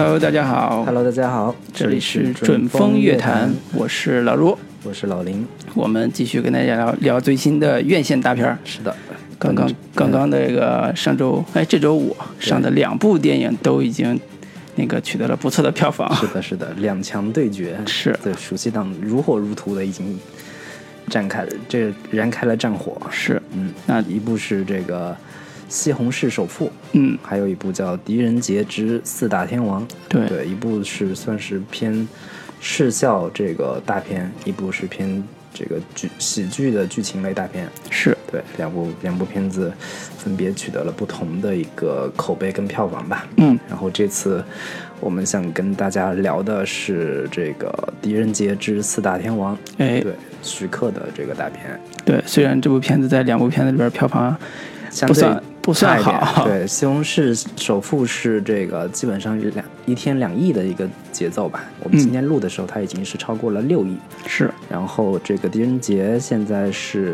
Hello， 大家好。 Hello， 大家好， 这里是准风乐坛，我是老卢， 我是老林。 我们继续跟大家聊最新的院线大片。 是的， 刚刚的这个这周五上的2部电影都已经取得了不错的票房。 是的，两强对决， 是对暑期档如火如荼的已经燃开了战火。 是， 那一部是这个西红柿首富，还有一部叫《狄仁杰之四大天王》，对，一部是算是偏视效这个大片，一部是偏这个喜剧的剧情类大片， 是对，两部片子分别取得了不同的一个口碑跟票房吧。然后这次我们想跟大家聊的是这个《狄仁杰之四大天王》，对，徐克的这个大片。对， 虽然这部片子在2部片子里边票房不算好， 对，西红柿首富是这个基本上一天2亿的一个节奏吧。我们今天录的时候，它已经是超过了6亿。 是， 然后这个狄仁杰现在是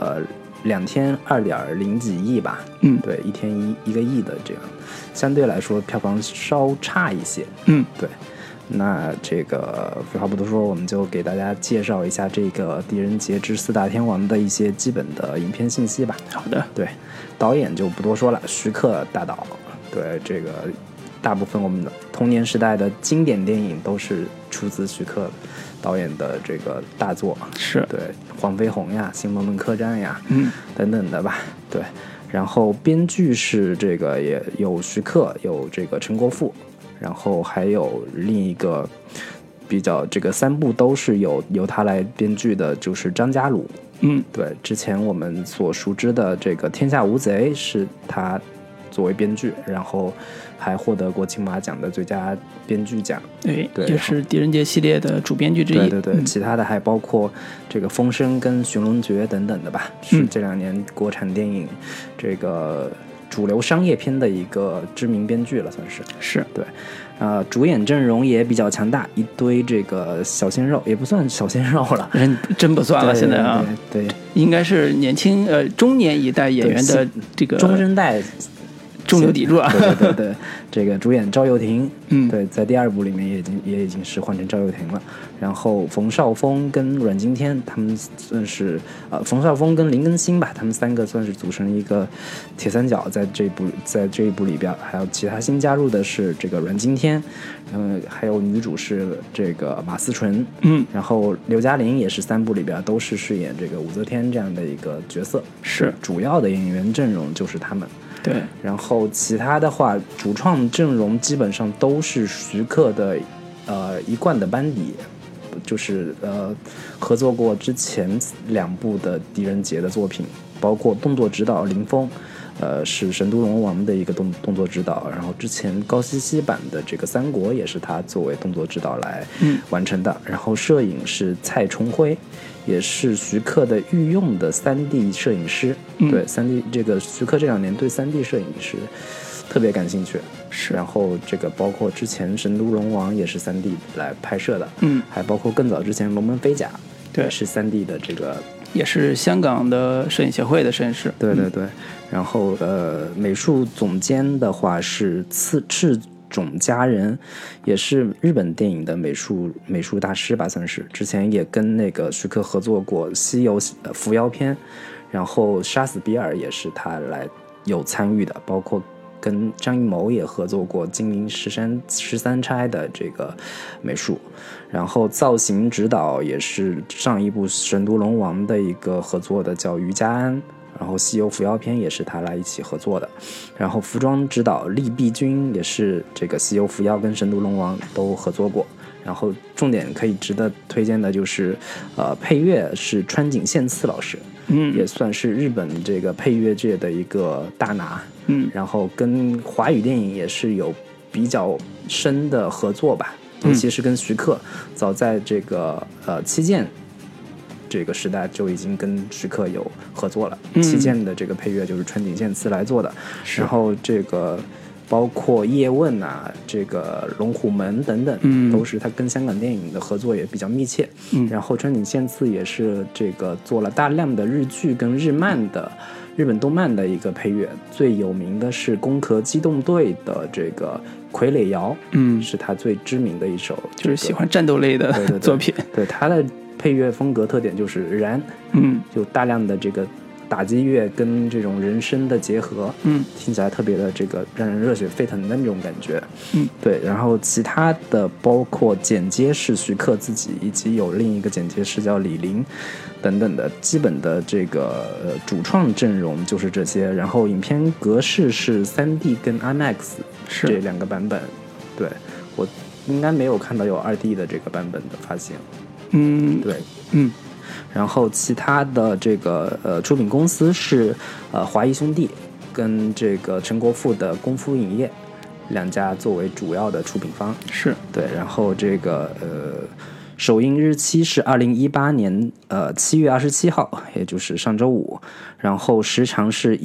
2天2.0几亿吧。对，一天1个亿的这样，相对来说票房稍差一些。对。那这个废话不多说，我们就给大家介绍一下这个《狄仁杰之四大天王》的一些基本的影片信息吧。 好的， 对，导演就不多说了，徐克大导。对，这个大部分我们的童年时代的经典电影都是出自徐克导演的这个大作。 是， 对，黄飞鸿呀，新龙门客栈呀，等等的吧。对，然后编剧是这个也有徐克，有这个陈国富。然后还有另一个比较，这个3部都是由他来编剧的，就是张家鲁。对，之前我们所熟知的这个《天下无贼》是他作为编剧，然后还获得过金马奖的最佳编剧奖。对， 也是狄仁杰系列的主编剧之一。 对，其他的还包括这个《风声》跟《寻龙诀》等等的吧，是这2年国产电影这个主流商业片的一个知名编剧了，算是。 是， 对，主演阵容也比较强大，一堆这个小鲜肉，也不算小鲜肉了， 真不算了。现在啊， 对， 应该是年轻中年一代演员的这个中生代中流砥柱啊。 对，这个主演赵又廷，对，在第2部里面也已经是换成赵又廷了。然后冯绍峰跟阮经天他们算是冯绍峰跟林更新吧，他们3个算是组成一个铁三角，在这一部里边。还有其他新加入的是这个阮经天，还有女主是这个马思纯，然后刘嘉玲也是3部里边都是饰演这个武则天这样的一个角色， 是主要的演员阵容就是他们。 对， 然后其他的话，主创阵容基本上都是徐克的一贯的班底，就是合作过之前2部的狄仁杰的作品，包括动作指导林峰，是神都龙王的一个动作指导，然后之前高希希版的这个三国也是他作为动作指导来完成的，然后摄影是蔡崇辉，也是徐克的御用的3D 摄影师。对，3D 这个徐克这2年对3D 摄影是特别感兴趣。 是， 然后这个包括之前神都龙王也是3D 来拍摄的，还包括更早之前龙门飞甲，对，是3D 的这个， 也是香港的摄影协会的摄影师。 对，然后美术总监的话是赤冢佳人，也是日本电影的美术大师吧，算是。之前也跟那个徐克合作过《西游伏妖篇》，然后《杀死比尔》也是他来有参与的，包括跟张艺谋也合作过《金陵十三钗》的这个美术，然后造型指导也是上一部《神都龙王》的一个合作的，叫于家安。然后《西游伏妖篇》也是他来一起合作的，然后服装指导厉碧君也是这个《西游伏妖》跟《神都龙王》都合作过。然后重点可以值得推荐的就是配乐是川井宪次老师，也算是日本这个配乐界的一个大拿，然后跟华语电影也是有比较深的合作吧，尤其是跟徐克，早在这个七剑这个时代就已经跟徐克有合作了，七剑的这个配乐就是川井宪次来做的，然后这个包括叶问啊，这个龙虎门等等，都是他跟香港电影的合作也比较密切。然后川井宪次也是这个做了大量的日剧跟日漫的日本动漫的一个配乐，最有名的是《攻壳机动队》的这个傀儡摇，是他最知名的一首， 就是喜欢战斗类的作品。 对他的配乐风格特点就是燃，就大量的这个打击乐跟这种人声的结合，听起来特别的这个让人热血沸腾的那种感觉，对。然后其他的包括剪接是徐克自己，以及有另一个剪接师叫李林等等的，基本的这个主创阵容就是这些。然后影片格式是 3D 跟 IMAX 这两个版本，对，我应该没有看到有2D 的这个版本的发行，对，然后其他的这个出品公司是华谊兄弟跟这个陈国富的功夫影业两家作为主要的出品方， 是对。然后这个首映日期是2018年7月27号，也就是上周五，然后时长是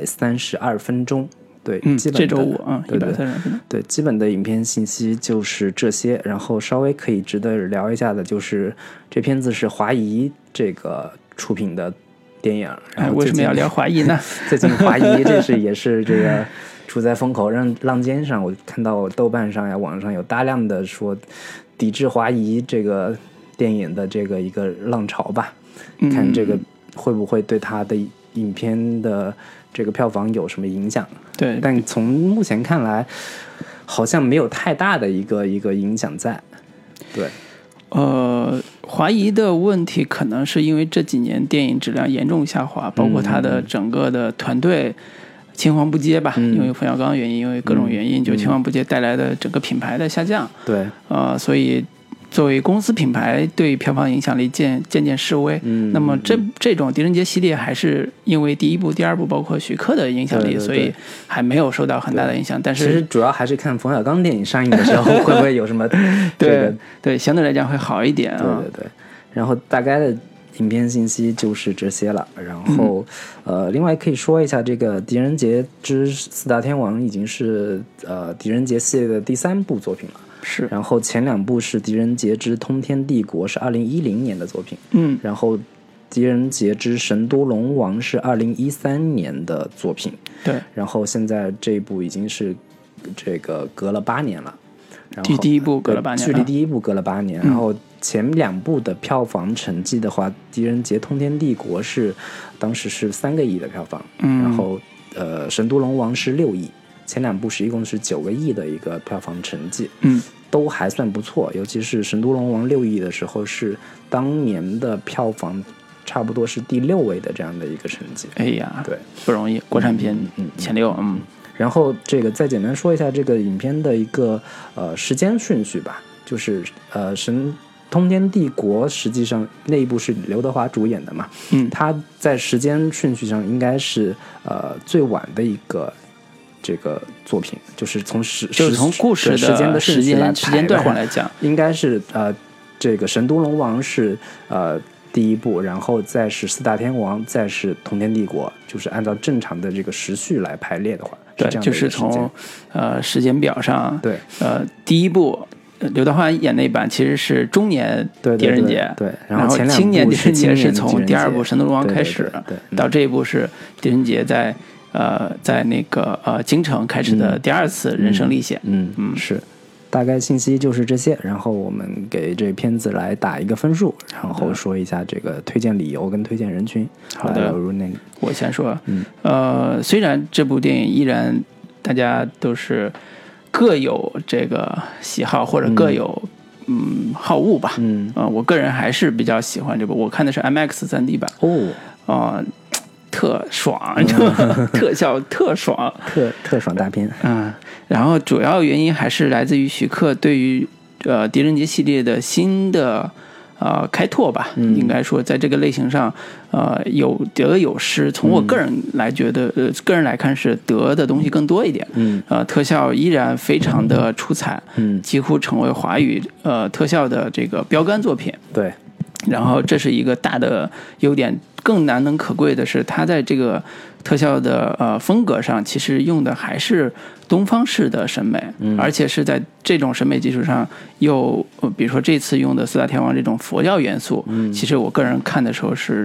132分钟。对，基本的这周五啊，132分钟。 对，基本的影片信息就是这些。然后稍微可以值得聊一下的就是这片子是华谊这个出品的电影。然后为什么要聊华谊呢？ 最近华谊也是这个处在风口浪尖上，我看到豆瓣上呀、网上有大量的说抵制华谊这个电影的这个一个浪潮吧。看这个会不会对他的影片的这个票房有什么影响？ 对， 但从目前看来，好像没有太大的一个影响在。对， 华谊的问题可能是因为这几年电影质量严重下滑，包括他的整个的团队青黄不接吧，因为冯小刚原因，因为各种原因，就青黄不接带来的整个品牌的下降。 对， 所以作为公司品牌对票房影响力渐渐式微。那么这种狄仁杰系列还是因为第一部、第二部包括徐克的影响力，所以还没有受到很大的影响。但是其实主要还是看冯小刚电影上映的时候会不会有什么对，相对来讲会好一点啊。 对。然后大概的影片信息就是这些了。然后另外可以说一下，这个《狄仁杰之四大天王》已经是狄仁杰系列的第3部作品了。 是， 然后前2部是《狄仁杰之通天帝国》，是2010年的作品。然后《狄仁杰之神都龙王》是2013年的作品。 对， 然后现在这一部已经是这个隔了8年了。然后第一部隔了8年， 距离第一部隔了8年。然后前2部的票房成绩的话，《狄仁杰通天帝国》是当时是3个亿的票房，然后神都龙王是6亿。前2部是一共是9个亿的一个票房成绩，都还算不错。尤其是《神都龙王》6亿的时候，是当年的票房差不多是第6位的这样的一个成绩。 哎呀， 对， 不容易，国产片前6。 然后这个再简单说一下这个影片的一个时间顺序吧，就是神通天帝国实际上那一部是刘德华主演的嘛，他在时间顺序上应该是最晚的一个这个作品，就是从故事的时间的顺序来时间段上来讲， 应该是这个神都龙王是第一部，然后再是四大天王，再是通天帝国，就是按照正常的这个时序来排列的话， 对，就是从时间表上， 对， 第一部刘德华演那版其实是中年狄仁杰， 对， 然后青年狄仁杰是从第2部神都龙王开始，到这一部是狄仁杰在那个京城开始的第2次人生历险。 是，大概信息就是这些。然后我们给这片子来打一个分数，然后说一下这个推荐理由跟推荐人群。 好的，我先说，虽然这部电影依然大家都是各有这个喜好或者各有好恶吧，我个人还是比较喜欢这部，我看的是 IMAX 3D 版特爽，特效特爽， 特爽大片。 然后主要原因还是来自于徐克对于狄仁杰系列的新的开拓吧，应该说在这个类型上有得有失。从我个人来觉得，个人来看是得的东西更多一点。特效依然非常的出彩，几乎成为华语特效的这个标杆作品。 对。 然后这是一个大的优点，更难能可贵的是，它在这个特效的风格上，其实用的还是东方式的审美，而且是在这种审美基础上又比如说这次用的四大天王这种佛教元素，其实我个人看的时候是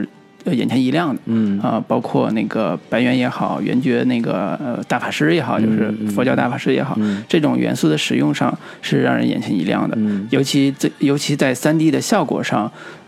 眼前一亮的，包括那个白猿也好，圆觉那个大法师也好，就是佛教大法师也好，这种元素的使用上是让人眼前一亮的，尤其在 3D 的效果上，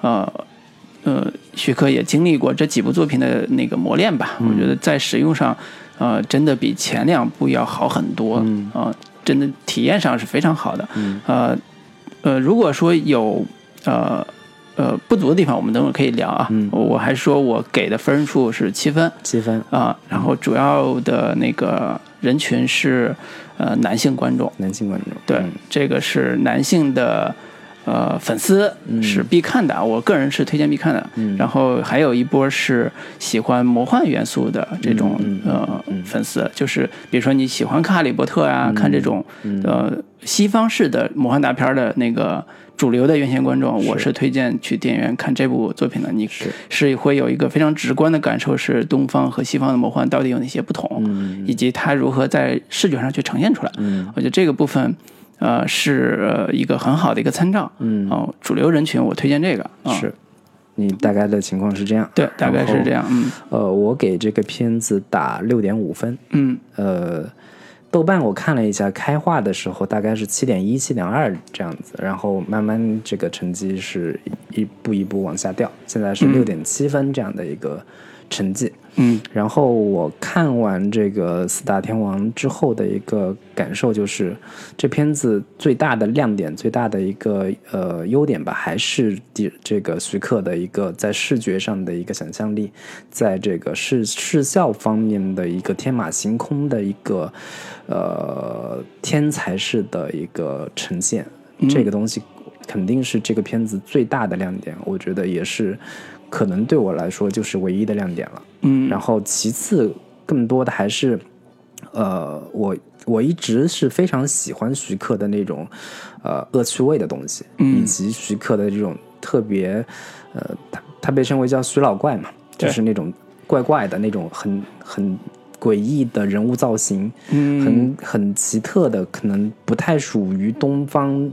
徐克也经历过这几部作品的那个磨练吧，我觉得在使用上，真的比前2部要好很多，真的体验上是非常好的，如果说有不足的地方，我们等会儿可以聊啊。我还说我给的分数是7分 ，7分啊。然后主要的那个人群是男性观众，对，这个是男性的粉丝是必看的，我个人是推荐必看的。然后还有一波是喜欢魔幻元素的这种粉丝，就是比如说你喜欢看哈利波特啊，看这种西方式的魔幻大片的那个主流的院线观众，我是推荐去电影院看这部作品的。你是会有一个非常直观的感受，是东方和西方的魔幻到底有哪些不同，以及它如何在视觉上去呈现出来。我觉得这个部分是一个很好的一个参照。主流人群我推荐这个。 是你大概的情况是这样？ 对，大概是这样。 我给这个片子打6.5分。豆瓣我看了一下，开画的时候大概是7.1、7.2这样子，然后慢慢这个成绩是一步一步往下掉，现在是6.7分这样的一个成绩。然后我看完这个4大天王之后的一个感受就是，这片子最大的亮点、最大的一个优点吧，还是这个徐克的一个在视觉上的一个想象力，在这个视效方面的一个天马行空的一个天才式的一个呈现。这个东西肯定是这个片子最大的亮点，我觉得也是可能对我来说就是唯一的亮点了。然后其次更多的还是我一直是非常喜欢徐克的那种恶趣味的东西，以及徐克的这种特别他被称为叫徐老怪嘛，就是那种怪怪的那种很诡异的人物造型，很奇特的，可能不太属于东方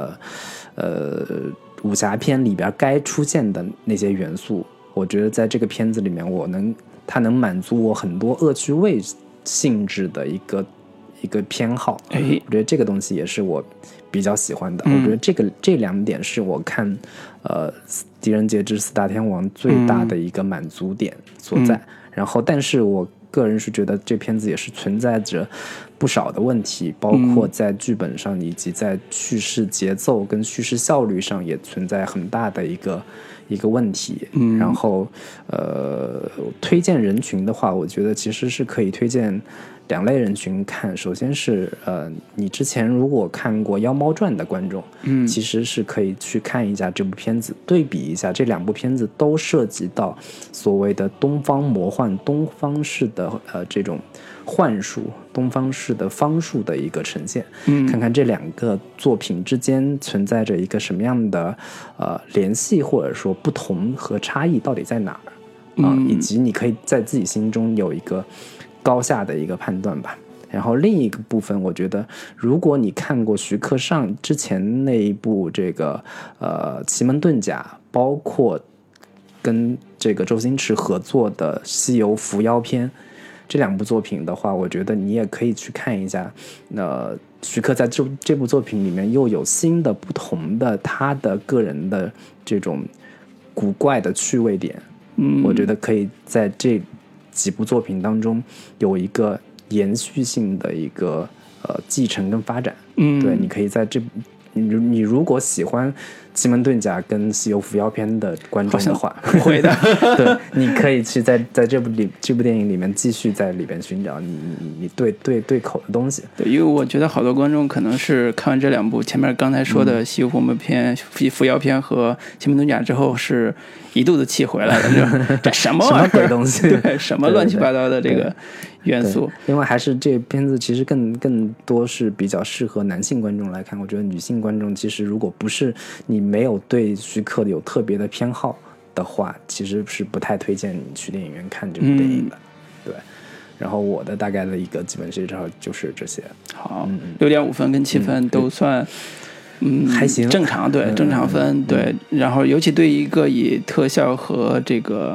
武侠片里边该出现的那些元素。我觉得在这个片子里面，它能满足我很多恶趣味性质的一个偏好。我觉得这个东西也是我比较喜欢的。我觉得这2点是我看狄仁杰之4大天王最大的一个满足点所在。然后但是我个人是觉得这片子也是存在着不少的问题，包括在剧本上以及在叙事节奏跟叙事效率上也存在很大的一个问题。然后推荐人群的话，我觉得其实是可以推荐2类人群看。首先是你之前如果看过《妖猫传》的观众，其实是可以去看一下这部片子，对比一下这2部片子都涉及到所谓的东方魔幻、东方式的这种幻术、东方式的方术的一个呈现，看看这2个作品之间存在着一个什么样的联系，或者说不同和差异到底在哪儿以及你可以在自己心中有一个高下的一个判断吧。然后另一个部分，我觉得如果你看过徐克之前那一部这个奇门遁甲，包括跟这个周星驰合作的西游伏妖篇这2部作品的话，我觉得你也可以去看一下徐克在这部作品里面又有新的不同的他的个人的这种古怪的趣味点。我觉得可以在这几部作品当中有一个延续性的一个继承跟发展。对，你可以在你如果喜欢奇门遁甲跟西游伏妖篇的观众的话， 不会的对，你可以去在这部电影里面继续在里边寻找你对口的东西。 对，因为我觉得好多观众可能是看完这2部前面刚才说的西游伏妖篇和奇门遁甲之后，是一肚子气回来了，这什么玩意儿， 什么鬼东西？ 对，什么乱七八糟的这个元素。 另外还是这片子其实更多是比较适合男性观众来看，我觉得女性观众其实如果不是你没有对徐克有特别的偏好的话，其实是不太推荐你去电影院看这部电影的。对，然后我的大概的一个基本介绍就是这些。 好，6.5分跟7分都算还行， 正常，对，正常分。对，然后尤其对一个以特效和这个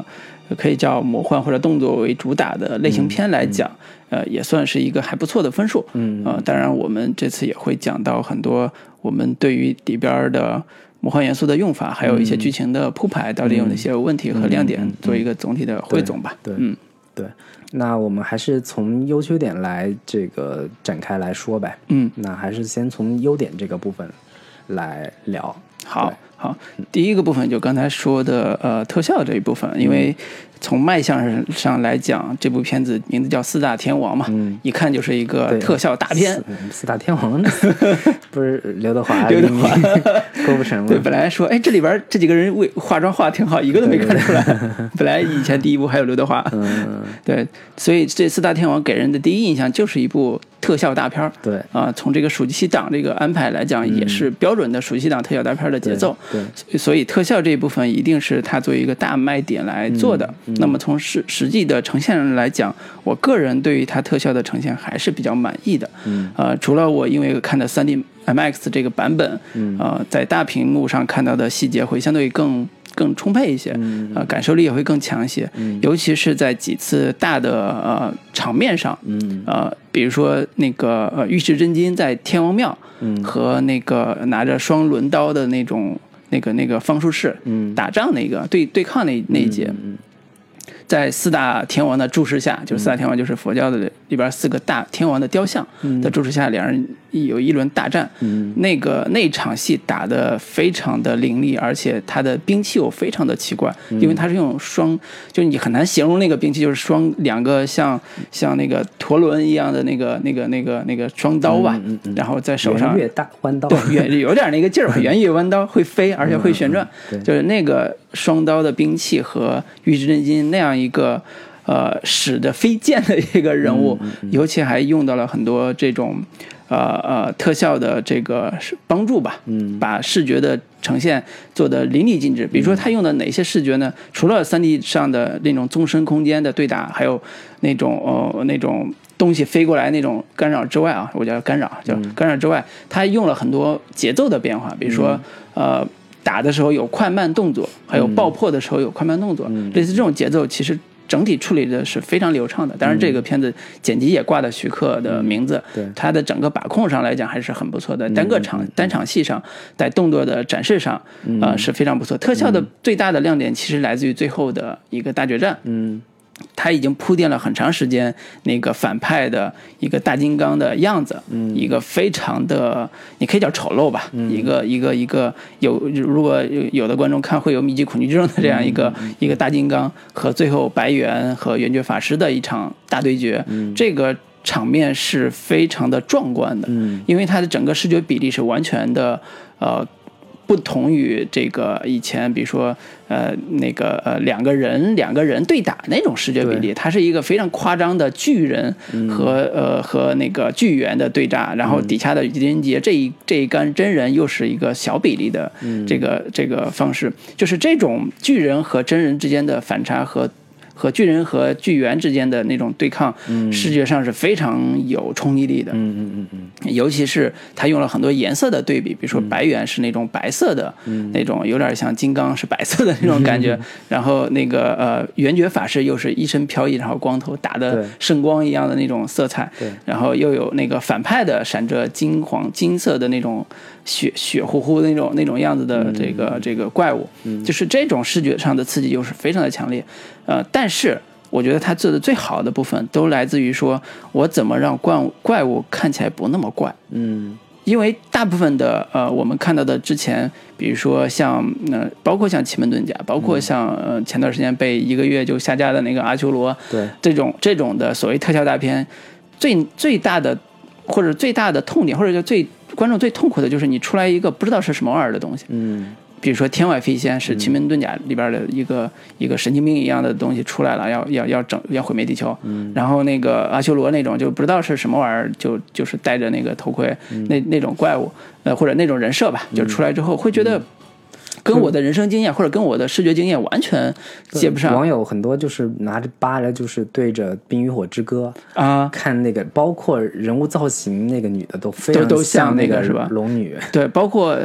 可以叫魔幻或者动作为主打的类型片来讲，也算是一个还不错的分数。当然我们这次也会讲到很多我们对于里边的魔幻元素的用法，还有一些剧情的铺排到底有哪些问题和亮点，做一个总体的汇总吧。 对，那我们还是从优缺点来这个展开来说呗。那还是先从优点这个部分来聊。 好，第一个部分就刚才说的特效这一部分，因为从卖相上来讲，这部片子名字叫四大天王嘛，一看就是一个特效大片。 四大天王不是刘德华、郭富城吗？ 对，本来说这里边这几个人化妆化挺好，一个都没看出来。本来以前第一部还有刘德华，对，所以这四大天王给人的第一印象就是一部特效大片。 对从这个暑期档这个安排来讲，也是标准的暑期档特效大片的节奏。 对， 所以特效这一部分一定是它作为一个大卖点来做的。那么从实际的呈现上来讲，我个人对于它特效的呈现还是比较满意的。除了我因为看的 3D IMAX 这个版本，在大屏幕上看到的细节会相对更充沛一些，感受力也会更强一些，尤其是在几次大的场面上，比如说那个玉石真金在天王庙，和那个拿着双轮刀的那种那个方术士，打仗那个对抗那一节。在四大天王的注视下，就是四大天王就是佛教的里边4个大天王的雕像的注视下，两人有一轮大战。那场戏打得非常的凌厉，而且他的兵器又非常的奇怪，因为他是用就你很难形容那个兵器，就是两个像那个陀轮一样的那个双刀吧，然后在手上圆月大弯刀， 对，有点那个劲儿，圆月弯刀会飞，而且会旋转，就是那个双刀的兵器和玉石真金那样一个使得飞剑的一个人物，尤其还用到了很多这种特效的这个帮助吧，把视觉的呈现做得淋漓尽致。比如说他用的哪些视觉呢？除了 3D 上的那种纵深空间的对打，还有那种东西飞过来那种干扰之外啊，我叫干扰之外，他用了很多节奏的变化，比如说打的时候有快慢动作，还有爆破的时候有快慢动作，类似这种节奏其实整体处理的是非常流畅的。当然这个片子剪辑也挂了徐克的名字，它的整个把控上来讲还是很不错的，单场戏上在动作的展示上是非常不错。特效的最大的亮点其实来自于最后的一个大决战，他已经铺垫了很长时间那个反派的一个大金刚的样子，一个非常的你可以叫丑陋吧，一个如果有的观众看会有密集恐惧症的这样一个大金刚和最后白猿和圆觉法师的一场大对决，这个场面是非常的壮观的，因为它的整个视觉比例是完全的不同于这个以前比如说两个人对打那种视觉比例，它是一个非常夸张的巨人和那个巨猿的对战，然后底下的狄仁杰这一干真人又是一个小比例的这个方式，就是这种巨人和真人之间的反差和巨人和巨猿之间的那种对抗，视觉上是非常有冲击力的。尤其是他用了很多颜色的对比，比如说白猿是那种白色的，那种有点像金刚是白色的那种感觉，然后那个圆觉法师又是一身飘逸，然后光头打的圣光一样的那种色彩，然后又有那个反派的闪着金色的那种血乎乎的那种样子的这个怪物，就是这种视觉上的刺激又是非常的强烈。但是我觉得他做的最好的部分都来自于说我怎么让怪物看起来不那么怪。因为大部分的我们看到的之前比如说像包括像奇门遁甲，包括像前段时间被1个月就下架的那个阿修罗， 对这种的所谓特效大片，最大的或者最大的痛点，或者就观众最痛苦的就是你出来一个不知道是什么玩意儿的东西。比如说天外飞仙是奇门遁甲里边的一个神经病一样的东西出来了，要毁灭地球。然后那个阿修罗那种就不知道是什么玩意儿，就是戴着那个头盔那种怪物，或者那种人设吧，就出来之后会觉得跟我的人生经验或者跟我的视觉经验完全接不上。 网友很多就是拿着疤来就是对着《冰与火之歌》看那个，包括人物造型，那个女的都非常都像那个是吧？ 龙女。 对，包括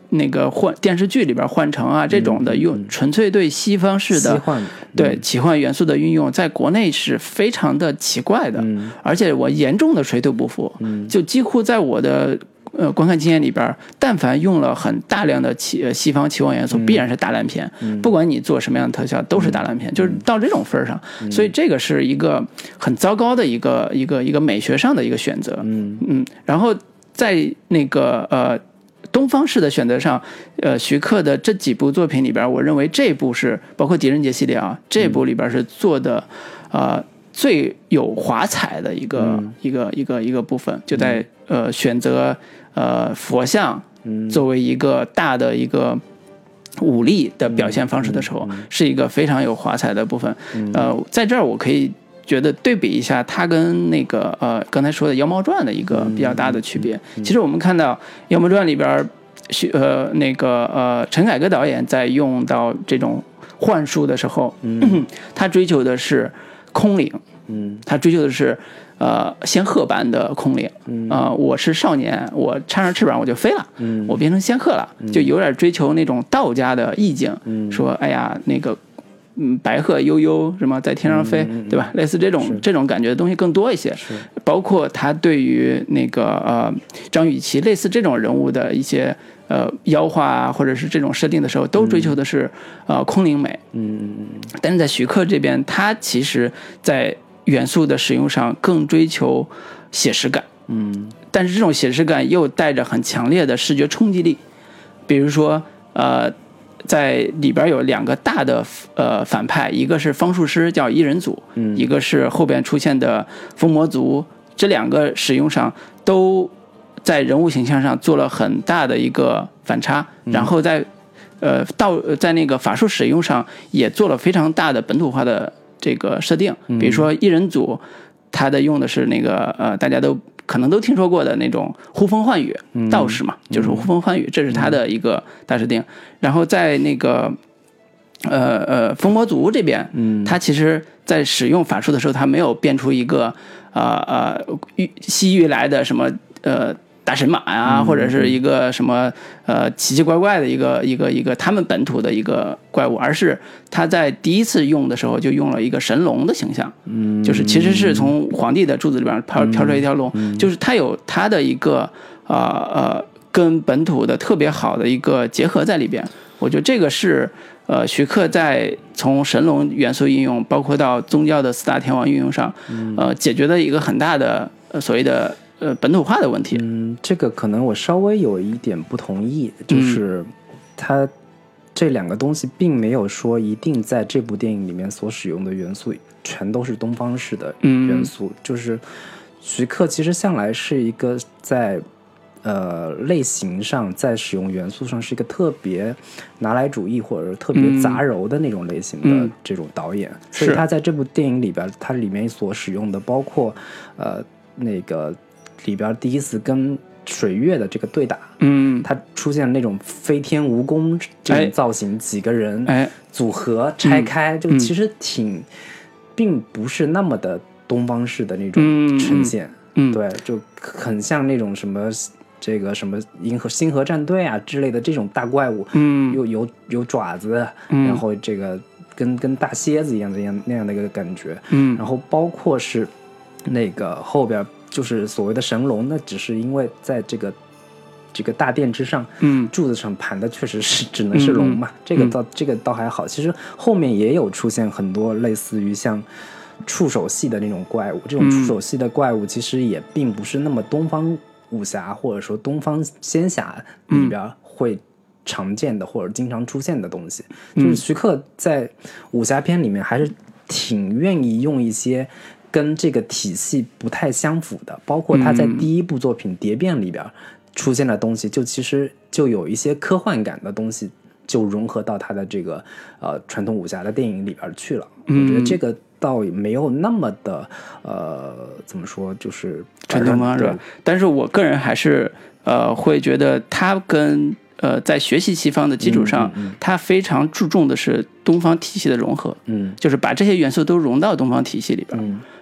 那个电视剧里边换乘啊这种的用纯粹对西方式的对奇幻元素的运用，在国内是非常的奇怪的，而且我严重的水土不服，就几乎在我的观看经验里边，但凡用了很大量的西方奇幻元素，必然是大烂片，不管你做什么样的特效都是大烂片，就是到这种份上，所以这个是一个很糟糕的一个美学上的一个选择，然后在那个东方式的选择上，徐克的这几部作品里边，我认为这部是包括狄仁杰系列啊，这部里边是做的最有华彩的一个部分，就在选择佛像作为一个大的一个武力的表现方式的时候，是一个非常有华彩的部分。在这儿我可以觉得对比一下它跟那个刚才说的《妖猫传》的一个比较大的区别。其实我们看到《妖猫传》里边那个陈凯歌导演在用到这种幻术的时候，他追求的是空灵，他追求的是仙鹤般的空灵，我是少年，我插上翅膀我就飞了，我变成仙鹤了，就有点追求那种道家的意境，说哎呀那个白鹤悠悠什么在天上飞，对吧？类似这种感觉的东西更多一些，包括他对于那个张雨绮类似这种人物的一些妖化啊，或者是这种设定的时候，都追求的是空灵美，但是在徐克这边，他其实在元素的使用上更追求写实感，但是这种写实感又带着很强烈的视觉冲击力，比如说在里边有两个大的反派，一个是方术师叫异人组，一个是后边出现的疯魔族，这两个使用上都在人物形象上做了很大的一个反差，然后在那个法术使用上也做了非常大的本土化的这个设定，比如说异人组他的用的是那个大家都可能都听说过的那种呼风唤雨道士嘛，就是呼风唤雨，这是他的一个大设定。然后在那个疯魔族这边，他其实在使用法术的时候，他没有变出一个西域来的什么大神马呀，或者是一个什么奇奇怪怪的一个他们本土的一个怪物，而是他在第一次用的时候就用了一个神龙的形象，就是其实是从皇帝的柱子里边飘出来一条龙，就是他有他的一个跟本土的特别好的一个结合在里边。我觉得这个是徐克在从神龙元素应用，包括到宗教的四大天王运用上，解决的一个很大的所谓的本土化的问题。 这个可能我稍微有一点不同意，就是它这两个东西并没有说一定在这部电影里面所使用的元素全都是东方式的元素，就是徐克其实向来是一个在类型上，在使用元素上是一个特别拿来主义或者特别杂糅的那种类型的这种导演，所以他在这部电影里边，他里面所使用的包括那个里边第一次跟水月的这个对打，他出现那种飞天蜈蚣这种造型，几个人组合拆开，就其实并不是那么的东方式的那种呈现，对，就很像那种什么这个什么星河战队啊之类的这种大怪物，有爪子，然后这个跟大蝎子一样那样的一个感觉，然后包括是那个后边就是所谓的神龙，那只是因为在这个大殿之上，柱子上盘的确实是只能是龙嘛，这个倒还好。其实后面也有出现很多类似于像触手系的那种怪物，这种触手系的怪物其实也并不是那么东方武侠或者说东方仙侠里边会常见的或者经常出现的东西，就是徐克在武侠片里面还是挺愿意用一些跟这个体系不太相符的，包括他在第一部作品《蝶变》里边出现的东西，就其实就有一些科幻感的东西，就融合到他的这个传统武侠的电影里边去了。我觉得这个倒也没有那么的怎么说，就是传统吗？是吧？但是我个人还是会觉得他跟在学习西方的基础上，他非常注重的是东方体系的融合，就是把这些元素都融到东方体系里边。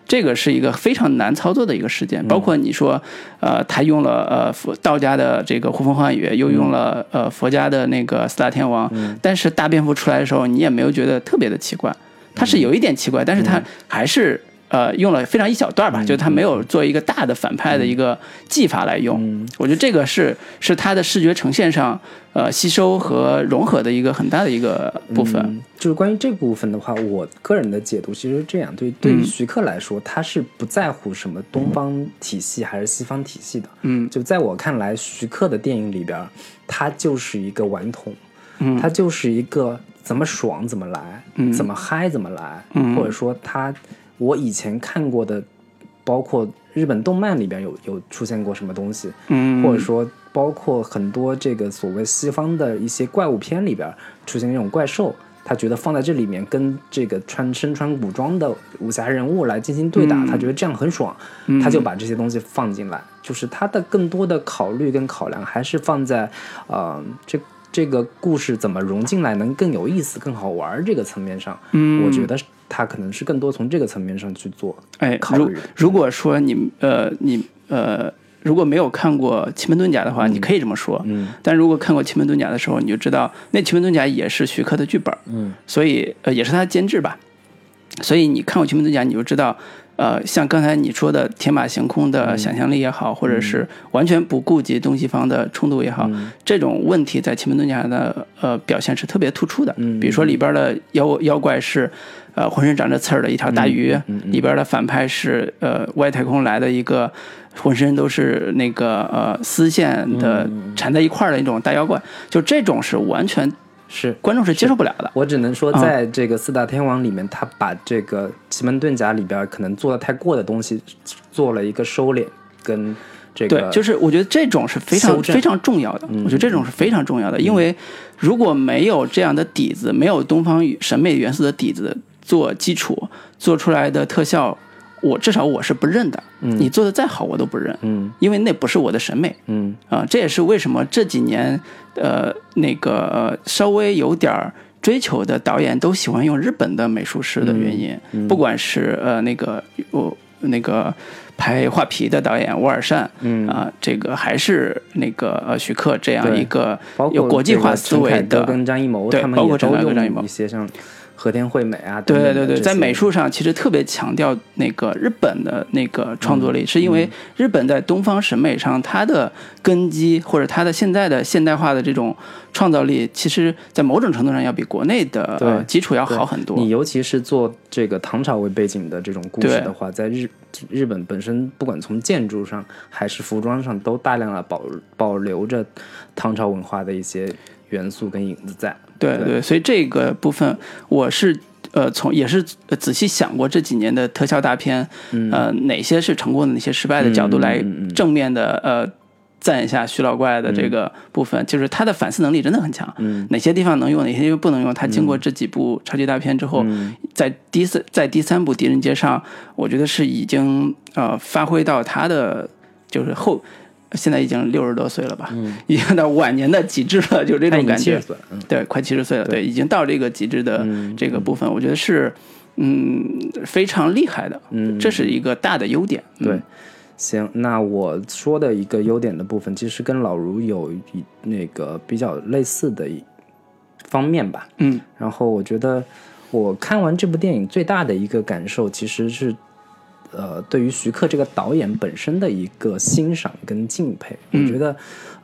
这个是一个非常难操作的一个事件。包括你说他用了道家的这个呼风唤雨，又用了佛家的那个四大天王，但是大蝙蝠出来的时候你也没有觉得特别的奇怪，它是有一点奇怪，但是它还是用了非常一小段吧，就是他没有做一个大的反派的一个技法来用。我觉得这个是他的视觉呈现上吸收和融合的一个很大的一个部分。 就是关于这部分的话，我个人的解读其实是这样，对于徐克来说，他是不在乎什么东方体系还是西方体系的。就在我看来，徐克的电影里边，他就是一个顽童，他就是一个怎么爽怎么来，怎么嗨怎么来，或者说我以前看过的，包括日本动漫里边有出现过什么东西，或者说包括很多这个所谓西方的一些怪物片里边出现那种怪兽，他觉得放在这里面跟这个身穿古装的武侠人物来进行对打，他觉得这样很爽，他就把这些东西放进来，就是他的更多的考虑跟考量还是放在这个故事怎么融进来能更有意思更好玩这个层面上。我觉得他可能是更多从这个层面上去做考虑。 如果说你如果没有看过奇门遁甲的话，你可以这么说。但如果看过奇门遁甲的时候，你就知道那奇门遁甲也是徐克的剧本，所以也是他的监制吧。所以你看过奇门遁甲，你就知道像刚才你说的天马行空的想象力也好，或者是完全不顾及东西方的冲突也好，这种问题在奇门遁甲的表现是特别突出的。比如说里边的妖怪是浑身长着刺儿的一条大鱼，里边的反派是外太空来的一个浑身都是那个丝线的缠在一块儿的那种大妖怪，就这种是完全是观众是接受不了的。 我只能说在这个四大天王里面，他把这个奇门遁甲里边可能做的太过的东西做了一个收敛跟这个， 对，就是我觉得这种是非常非常重要的。我觉得这种是非常重要的，因为如果没有这样的底子，没有东方审美元素的底子做基础，做出来的特效至少我是不认的。你做的再好我都不认，因为那不是我的审美。这也是为什么这几年那个稍微有点追求的导演都喜欢用日本的美术师的原因。不管是那个拍画皮的导演沃尔善，这个还是那个徐克这样一个有国际化思维的， 跟张艺谋他们也都用一些像和田惠美啊， 对，在美术上其实特别强调那个日本的那个创作力，是因为日本在东方审美上它的根基或者它的现在的现代化的这种创造力，其实在某种程度上要比国内的基础要好很多。 你尤其是做这个唐朝为背景的这种故事的话，在日本本身不管从建筑上还是服装上都大量的保留着唐朝文化的一些元素跟影子在。 对，所以这个部分我是也是仔细想过这几年的特效大片，哪些是成功的，哪些失败的角度来正面的赞一下徐老怪的这个部分，就是他的反思能力真的很强。哪些地方能用，哪些地方不能用，他经过这几部超级大片之后，在第三部《狄仁杰》上，我觉得是已经发挥到他的就是现在已经60多岁了吧，已经到晚年的极致了，就这种感觉。对，快70岁了，对，已经到这个极致的这个部分，我觉得是非常厉害的，这是一个大的优点。 对，行，那我说的一个优点的部分，其实跟老卢有那个比较类似的方面吧。然后我觉得我看完这部电影最大的一个感受，其实是对于徐克这个导演本身的一个欣赏跟敬佩。我觉得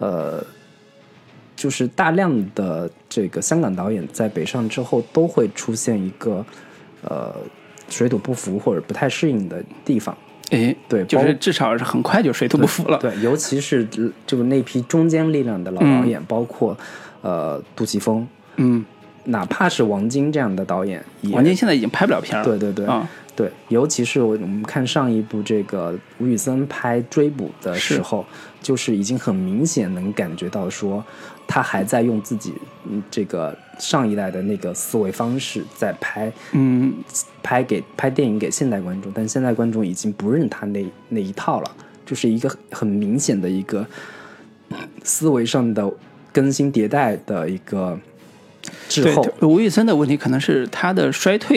就是大量的这个香港导演在北上之后都会出现一个水土不服或者不太适应的地方。对， 就是至少是很快就水土不服了。 对，尤其是就那批中坚力量的老导演，包括杜琪峰，哪怕是王晶这样的导演， 王晶现在已经拍不了片了。 对。对，尤其是我们看上一部这个吴宇森拍《追捕》的时候，就是已经很明显能感觉到说，他还在用自己这个上一代的那个思维方式在拍电影给现代观众，但现代观众已经不认他那一套了，就是一个很明显的一个思维上的更新迭代的一个滞后。 对，吴宇森的问题可能是他的衰退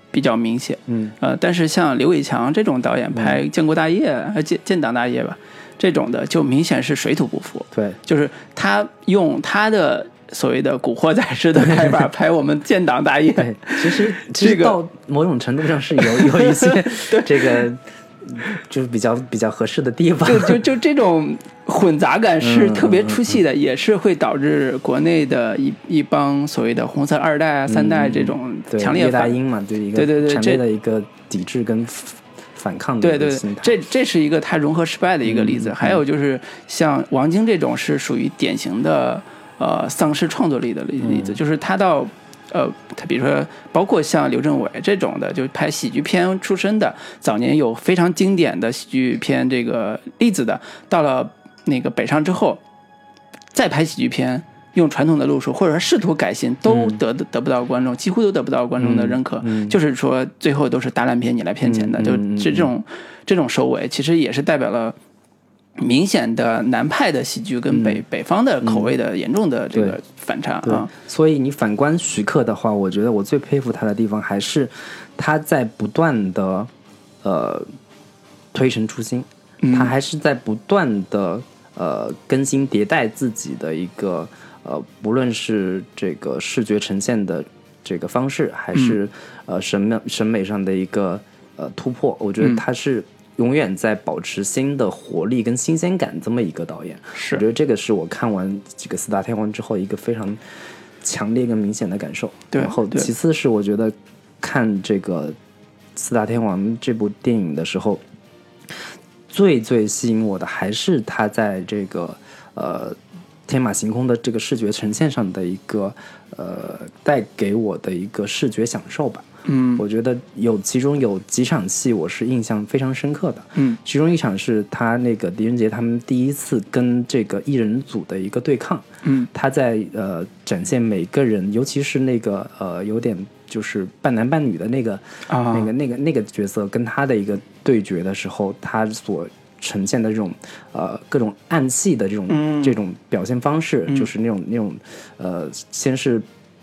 比较明显。但是像刘伟强这种导演拍建国大业、建党大业吧，这种的就明显是水土不服。 对， 就是他用他的所谓的古惑仔式的拍法拍我们建党大业。 对，其实到某种程度上是有一些这个就是比较合适的地方。 就这种混杂感是特别出戏的，也是会导致国内的一帮所谓的红色二代啊、三代这种强烈叶大鹰嘛，对一个强烈的一个抵制跟反抗的一个心态。 这是一个他融合失败的一个例子。还有就是像王晶这种是属于典型的丧失创作力的例子，就是他比如说包括像刘镇伟这种的，就拍喜剧片出身的，早年有非常经典的喜剧片这个例子的，到了那个北上之后再拍喜剧片，用传统的路数或者说试图改新，都得不到观众，几乎都得不到观众的认可。就是说最后都是大烂片你来骗钱的，就这种收尾其实也是代表了明显的南派的喜剧跟北方的口味的严重的这个反差啊。 所以你反观徐克的话，我觉得我最佩服他的地方还是他在不断的推陈出新，他还是在不断的更新迭代自己的一个不论是这个视觉呈现的这个方式，还是审美上的一个突破，我觉得他是永远在保持新的活力跟新鲜感这么一个导演。 是， 我觉得这个是我看完这个四大天王之后一个非常强烈跟明显的感受。 对， 然后其次是我觉得看这个四大天王这部电影的时候，最吸引我的还是他在这个天马行空的这个视觉呈现上的一个带给我的一个视觉享受吧。我觉得其中有几场戏我是印象非常深刻的。其中一场是他那个狄仁杰他们第一次跟这个艺人组的一个对抗。他在展现每个人，尤其是那个有点就是半男半女的那个那个角色跟他的一个对决的时候，他所呈现的这种各种暗器的这种表现方式，就是那种先是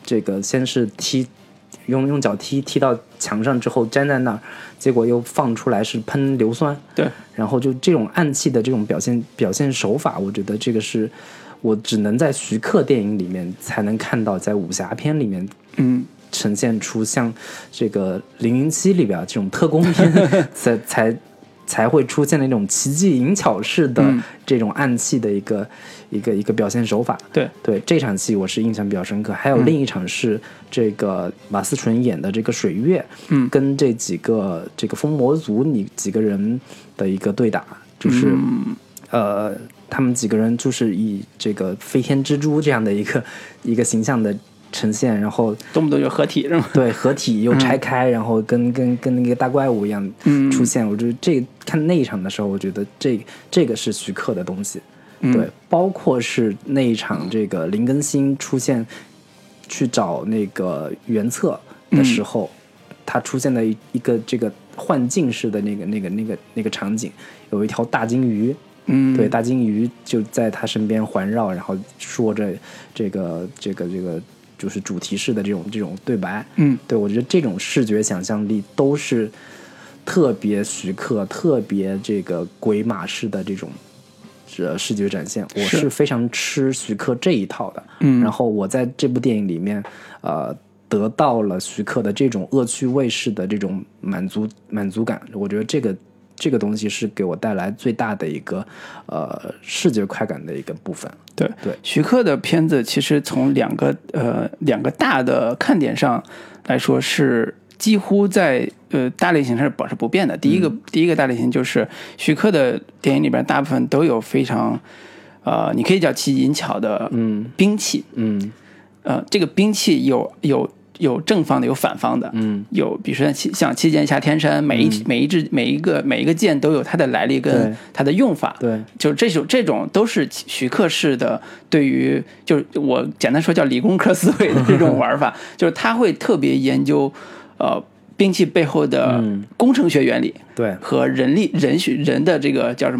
用脚踢到墙上之后粘在那儿，结果又放出来是喷硫酸。 对， 然后就这种暗器的这种表现手法，我觉得这个是我只能在徐克电影里面才能看到，在武侠片里面呈现出像这个007里边这种特工片才会出现的那种奇技淫巧式的这种暗器的一个表现手法。 对， 这场戏我是印象比较深刻。还有另一场是这个马思纯演的这个水月，跟这几个这个疯魔族几个人的一个对打，就是他们几个人就是以这个飞天蜘蛛这样的一个形象的呈现，然后动不动就合体是吗？ 对，合体又拆开，然后跟那个大怪物一样出现。我觉得看那一场的时候，我觉得这个是徐克的东西。对，包括是那一场这个林更新出现去找那个原策的时候，他出现的一个这个幻境式的那个场景，有一条大金鱼。对，大金鱼就在他身边环绕，然后说着这个就是主题式的这种对白。对，我觉得这种视觉想象力都是特别徐克、特别这个鬼马式的这种视觉展现。我是非常吃徐克这一套的。然后我在这部电影里面得到了徐克的这种恶趣味式的这种满足感。我觉得这个东西是给我带来最大的一个视觉快感的一个部分。对， 徐克的片子其实从两个大的看点上来说，是几乎在大类型上是保持不变的。第一个大类型就是徐克的电影里边大部分都有非常你可以叫其淫巧的兵器。这个兵器有正方的，有反方的。有比如说像七剑下天山，每一个剑都有它的来历跟它的用法。 对， 就这种都是徐克式的，对于就是我简单说叫理工科思维的这种玩法。就是他会特别研究兵器背后的工程学原理， 对， 和人的这个叫什么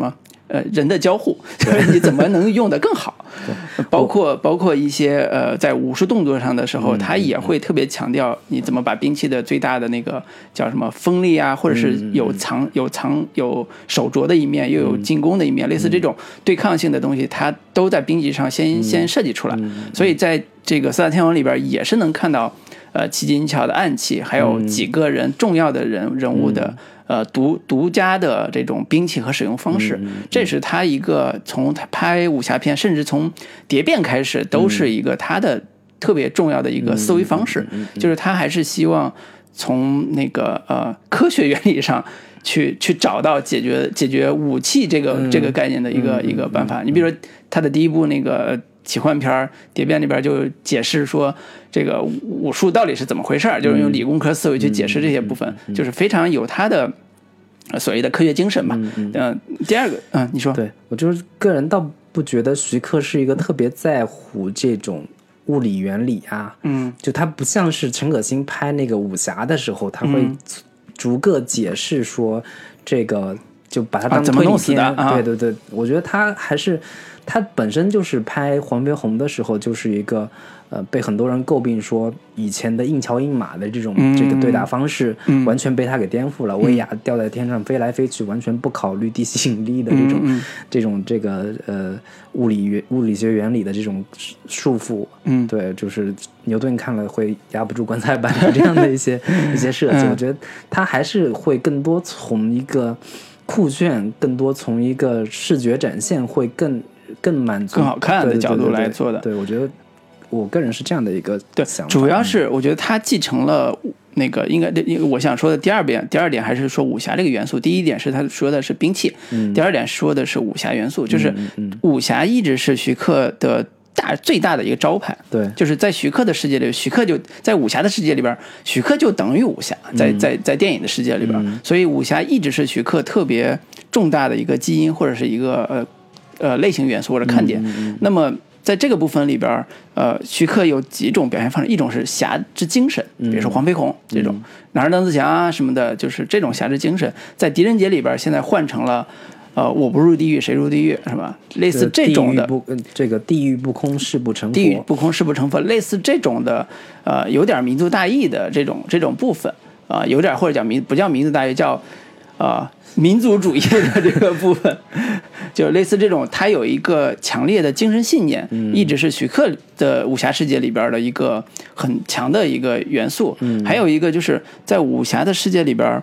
人的交互，就是你怎么能用得更好。包括一些在武术动作上的时候，他也会特别强调你怎么把兵器的最大的那个叫什么锋利啊，或者是有手镯的一面，又有进攻的一面，类似这种对抗性的东西，它都在兵器上先设计出来。所以在这个四大天王里边也是能看到奇金桥的暗器，还有几个重要的人物的独家的这种兵器和使用方式。这是他一个从他拍武侠片，甚至从蝶变开始，都是一个他的特别重要的一个思维方式，就是他还是希望从那个科学原理上去找到解决武器这个概念的一个办法。你比如说他的第一部那个奇幻片《蝶变》里边就解释说这个武术到底是怎么回事，就是用理工科思维去解释这些部分，就是非常有他的所谓的科学精神吧。第二个，你说。 对，我就是个人倒不觉得徐克是一个特别在乎这种物理原理啊，就他不像是陈可辛拍那个武侠的时候，他会逐个解释说这个就把它当推理片。对，我觉得他还是。他本身就是拍黄飞鸿的时候，就是一个被很多人诟病说以前的硬桥硬马的这个对打方式，完全被他给颠覆了。威亚吊在天上飞来飞去，完全不考虑地心引力的这个物理学原理的这种束缚。对，就是牛顿看了会压不住棺材板这样的一些设计。我觉得他还是会更多从一个酷炫，更多从一个视觉展现会更满足、 更好看的角度来做的。 对，我觉得我个人是这样的一个想法。 主要是我觉得他继承了那个我想说的第二点还是说武侠这个元素。第一点是他说的是兵器，第二点说的是武侠元素，就是武侠一直是徐克的最大的一个招牌。 对， 就是在徐克的世界里，徐克就在武侠的世界里边，徐克就等于武侠，在电影的世界里边，所以武侠一直是徐克特别重大的一个基因，或者是一个类型元素或者看点。那么在这个部分里边，徐克有几种表现方式，一种是侠之精神，比如说黄飞鸿这种，哪儿邓自强啊什么的，就是这种侠之精神，在狄仁杰里边现在换成了我不入地狱谁入地狱，是吧？类似这种的， 这个地狱不空誓不成佛， 地狱不空誓不成佛，类似这种的，有点民族大义的这种部分有点或者不叫民族大义，叫民族主义的这个部分，就类似这种，它有一个强烈的精神信念，一直是徐克的武侠世界里边的一个很强的一个元素。还有一个就是在武侠的世界里边，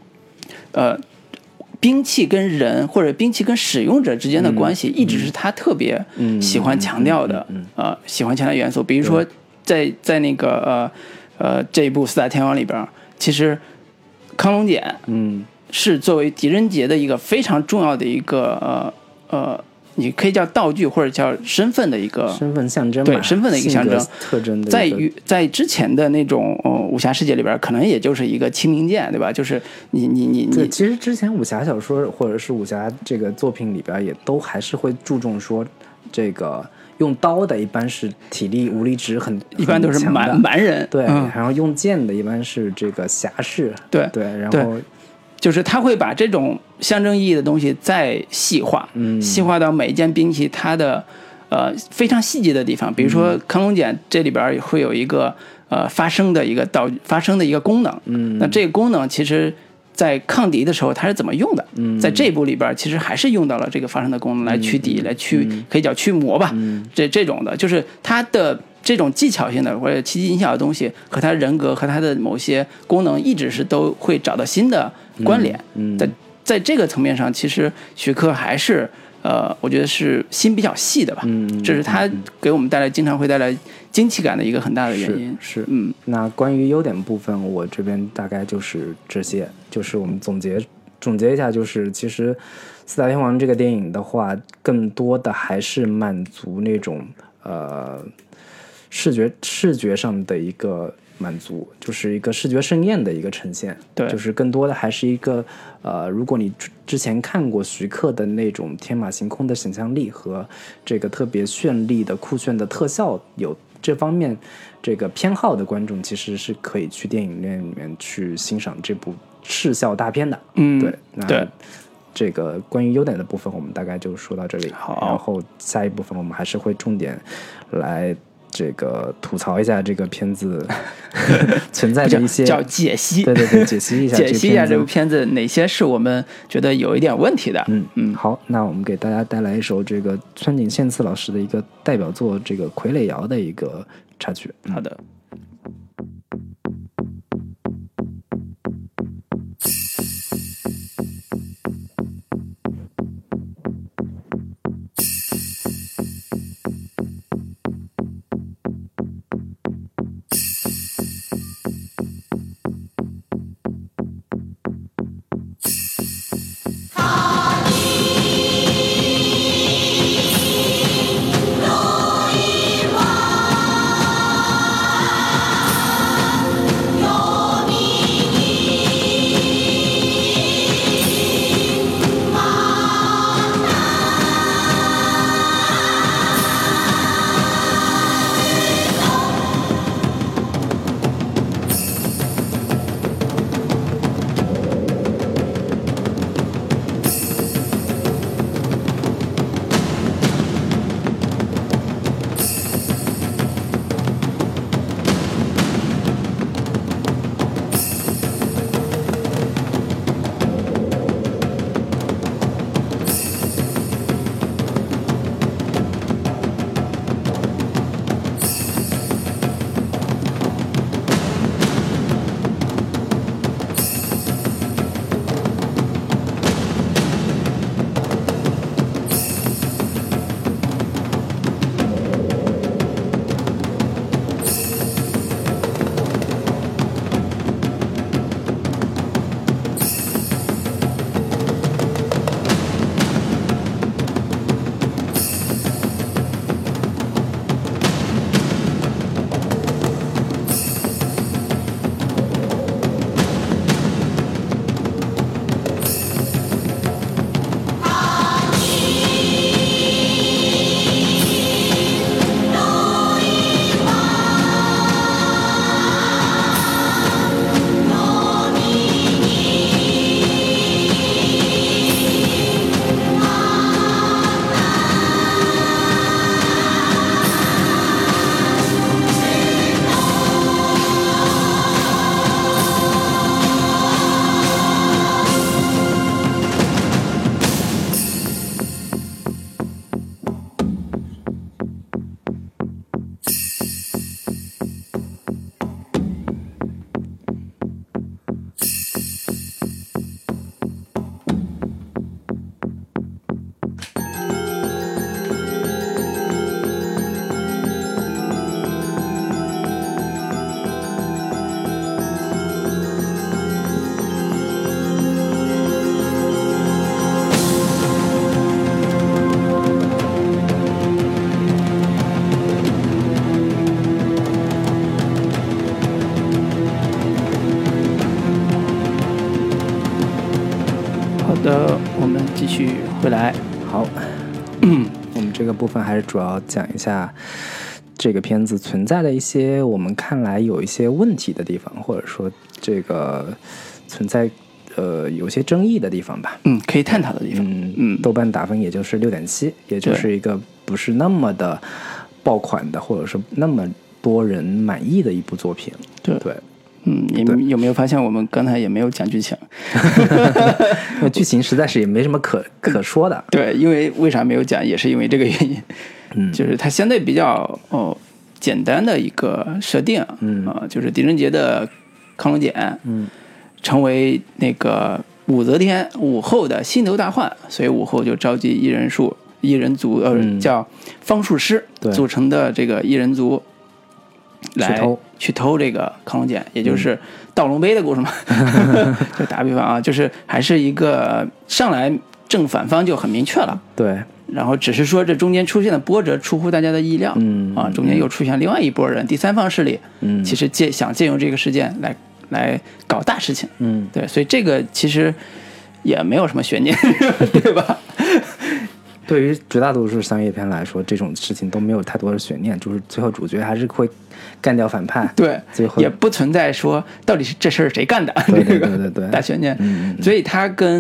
兵器跟人或者兵器跟使用者之间的关系，一直是他特别喜欢强调的，喜欢强调元素。比如说在那个这一部四大天王里边，其实康龙锏是作为狄仁杰的一个非常重要的一个你可以叫道具或者叫身份的一个身份象征， 对身份的一个象征特征的。 在之前的那种武侠世界里边，可能也就是一个清明剑，对吧？就是你其实之前武侠小说或者是武侠这个作品里边，也都还是会注重说这个。用刀的一般是体力武力值一般都是蛮人， 对，然后用剑的一般是这个侠士， 对， 然后就是他会把这种象征意义的东西再细化，细化到每一件兵器它的非常细节的地方。比如说康龙锏这里边会有一个发声的一个道具，发声的一个功能，那这个功能其实在抗敌的时候它是怎么用的？在这一部里边其实还是用到了这个发声的功能来驱敌，来可以叫驱魔吧。这种的就是它的这种技巧性的或者奇技淫巧的东西和他人格和他的某些功能一直是都会找到新的关联。在这个层面上，其实徐克还是我觉得是心比较细的吧。这是他给我们经常会带来惊奇感的一个很大的原因。 是那关于优点部分，我这边大概就是这些，就是我们总结一下，就是其实四大天王这个电影的话，更多的还是满足那种视觉上的一个满足，就是一个视觉盛宴的一个呈现。 对， 就是更多的还是一个如果你之前看过徐克的那种天马行空的想象力和这个特别绚丽的酷炫的特效，有这方面这个偏好的观众，其实是可以去电影院里面去欣赏这部视效大片的。 对， 这个关于优点的部分我们大概就说到这里， 好， 然后下一部分我们还是会重点来这个吐槽一下这个片子存在的一些叫解析， 对，解析一下这部片子哪些是我们觉得有一点问题的。 好，那我们给大家带来一首这个川井宪次老师的一个代表作，这个《傀儡摇》的一个插曲。 好的。我们继续回来。 好，我们这个部分还是主要讲一下这个片子存在的一些我们看来有一些问题的地方，或者说这个存在有些争议的地方吧。 可以探讨的地方。 豆瓣打分也就是6.7，也就是一个不是那么的爆款的，或者是那么多人满意的一部作品。对。 你有没有发现我们刚才也没有讲剧情？ 因为剧情实在是也没什么可说的。 对，因为为啥没有讲，也是因为这个原因。就是它相对比较简单的一个设定。就是狄仁杰的康龙简，成为那个武则天武后的心头大患，所以武后就召集异人族，叫方术师组成的这个异人族。去偷这个康龙简，也就是盗龙杯的故事嘛。就打比方啊，就是还是一个上来正反方就很明确了。 对， 然后只是说这中间出现的波折出乎大家的意料。中间又出现另外一拨人，第三方势力，其实想借用这个事件来搞大事情。对，所以这个其实也没有什么悬念，对吧？ 对于绝大多数商业片来说，这种事情都没有太多的悬念，就是最后主角还是会干掉反派。 对， 最后也不存在说到底是这事儿谁干的， 对， 大悬念。所以他跟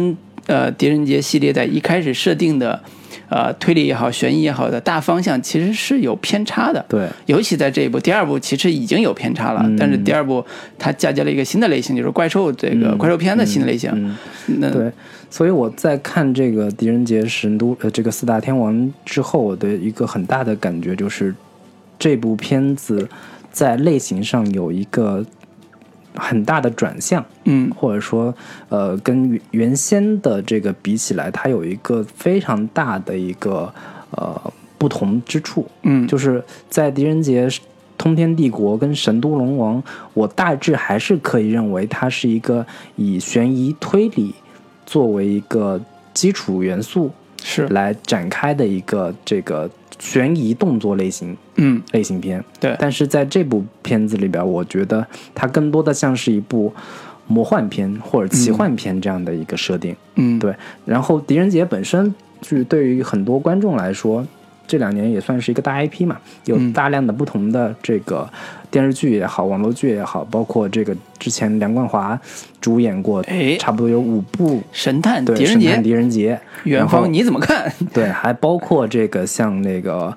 狄仁杰系列在一开始设定的推理也好悬疑也好的大方向其实是有偏差的。 对， 尤其在这一部第二部其实已经有偏差了，但是第二部它嫁接了一个新的类型，就是怪兽这个怪兽片的新的类型。 对，所以我在看这个狄仁杰神都这个四大天王之后，我的一个很大的感觉就是这部片子在类型上有一个很大的转向，或者说跟原先的这个比起来，它有一个非常大的一个不同之处，就是在狄仁杰通天帝国跟神都龙王，我大致还是可以认为它是一个以悬疑推理作为一个基础元素是来展开的一个这个悬疑动作类型片。 对， 但是在这部片子里边，我觉得它更多的像是一部魔幻片或者奇幻片这样的一个设定。对。然后狄仁杰本身就对于很多观众来说，这2年也算是一个大 IP 嘛，有大量的不同的这个电视剧也好，网络剧也好，包括这个之前梁冠华主演过，差不多有5部神探狄仁杰， 元芳你怎么看？ 对，还包括这个像那个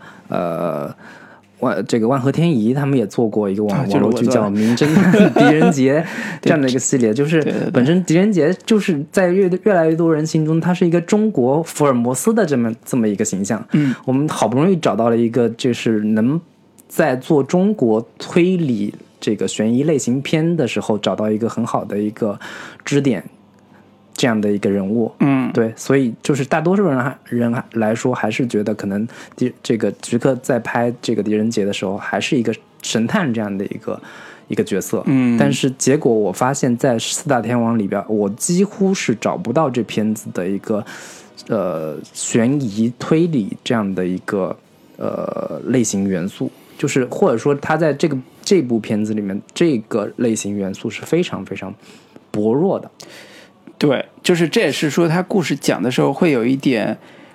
万和天宜他们也做过一个网络剧叫《名侦探狄仁杰》这样的一个系列，就是本身狄仁杰就是在越来越多人心中，他是一个中国福尔摩斯的这么一个形象。我们好不容易找到了一个就是能在做中国推理这个悬疑类型片的时候找到一个很好的一个支点，这样的一个人物。对，所以就是大多数人来说还是觉得可能这个徐克在拍这个狄仁杰的时候还是一个神探这样的一个角色。但是结果我发现在四大天王里边，我几乎是找不到这片子的一个悬疑推理这样的一个类型元素，就是或者说他在这部片子里面这个类型元素是非常非常薄弱的。 对，就是这也是说他故事讲的时候会有一点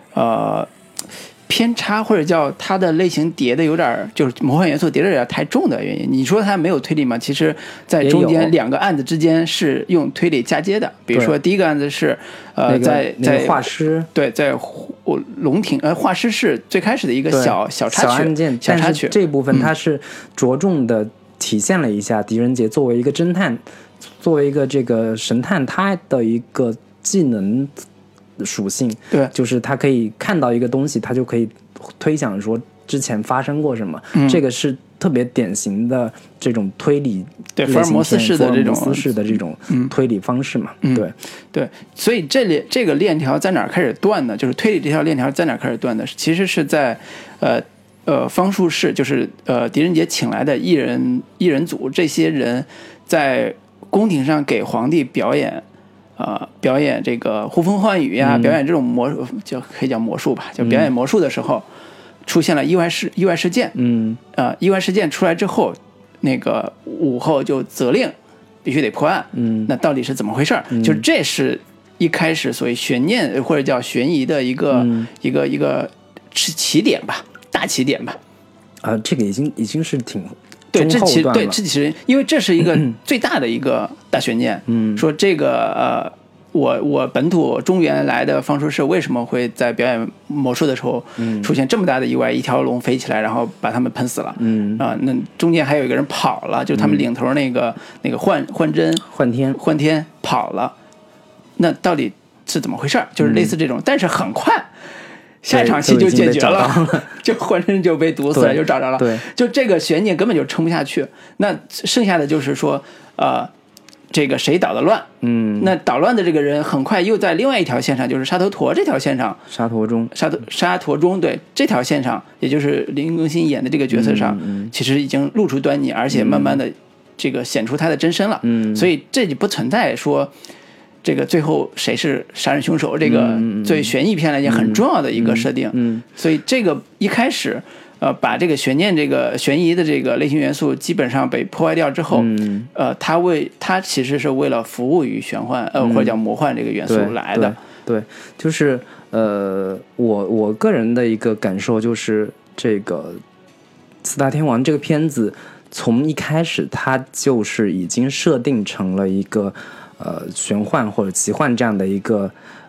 偏差，或者叫他的类型叠的有点，就是魔幻元素叠的有点太重的原因。你说他没有推理吗？其实在中间2个案子之间是用推理嫁接的。比如说第一个案子是在画师， 对，在龙庭画师是最开始的一个小插曲、 小案件， 小插曲。 但是这部分它是着重的体现了一下狄仁杰作为一个侦探，作为一个这个神探，他的一个技能属性。 对， 就是他可以看到一个东西，他就可以推想说之前发生过什么。这个是特别典型的这种推理， 对，福尔摩斯式的这种推理方式嘛。 对，所以这个链条在哪儿开始断呢？就是推理这条链条在哪儿开始断的？其实是在方术士，就是狄仁杰请来的艺人组，这些人在宫廷上给皇帝表演这个呼风唤雨呀，表演这种就可以叫魔术吧，就表演魔术的时候，出现了意外事件。意外事件出来之后，那个武后就责令必须得破案。那到底是怎么回事？就是这是一开始所谓悬念或者叫悬疑的一个起点吧，大起点吧。 这个已经是挺。 对，这其实因为这是一个最大的一个大悬念。说这个我本土中原来的方术士为什么会在表演魔术的时候出现这么大的意外？一条龙飞起来，然后把他们喷死了。那中间还有一个人跑了，就是他们领头那个幻天跑了。那到底是怎么回事？就是类似这种，但是很快。下一场戏就解决了，就幻真就被毒死了，就找着了。 对， 就这个悬念根本就撑不下去。那剩下的就是说，这个谁捣的乱？那捣乱的这个人很快又在另外一条线上，就是沙头陀这条线上，沙陀中对这条线上，也就是林更新演的这个角色上，其实已经露出端倪，而且慢慢的这个显出他的真身了。所以这就不存在说。这个最后谁是杀人凶手？这个对悬疑片来讲很重要的一个设定。所以这个一开始，把这个悬念、这个悬疑的这个类型元素基本上被破坏掉之后，它其实是为了服务于玄幻，或者叫魔幻这个元素来的。 对，就是我个人的一个感受就是，这个四大天王这个片子从一开始它就是已经设定成了一个。玄幻或者奇幻这样的一个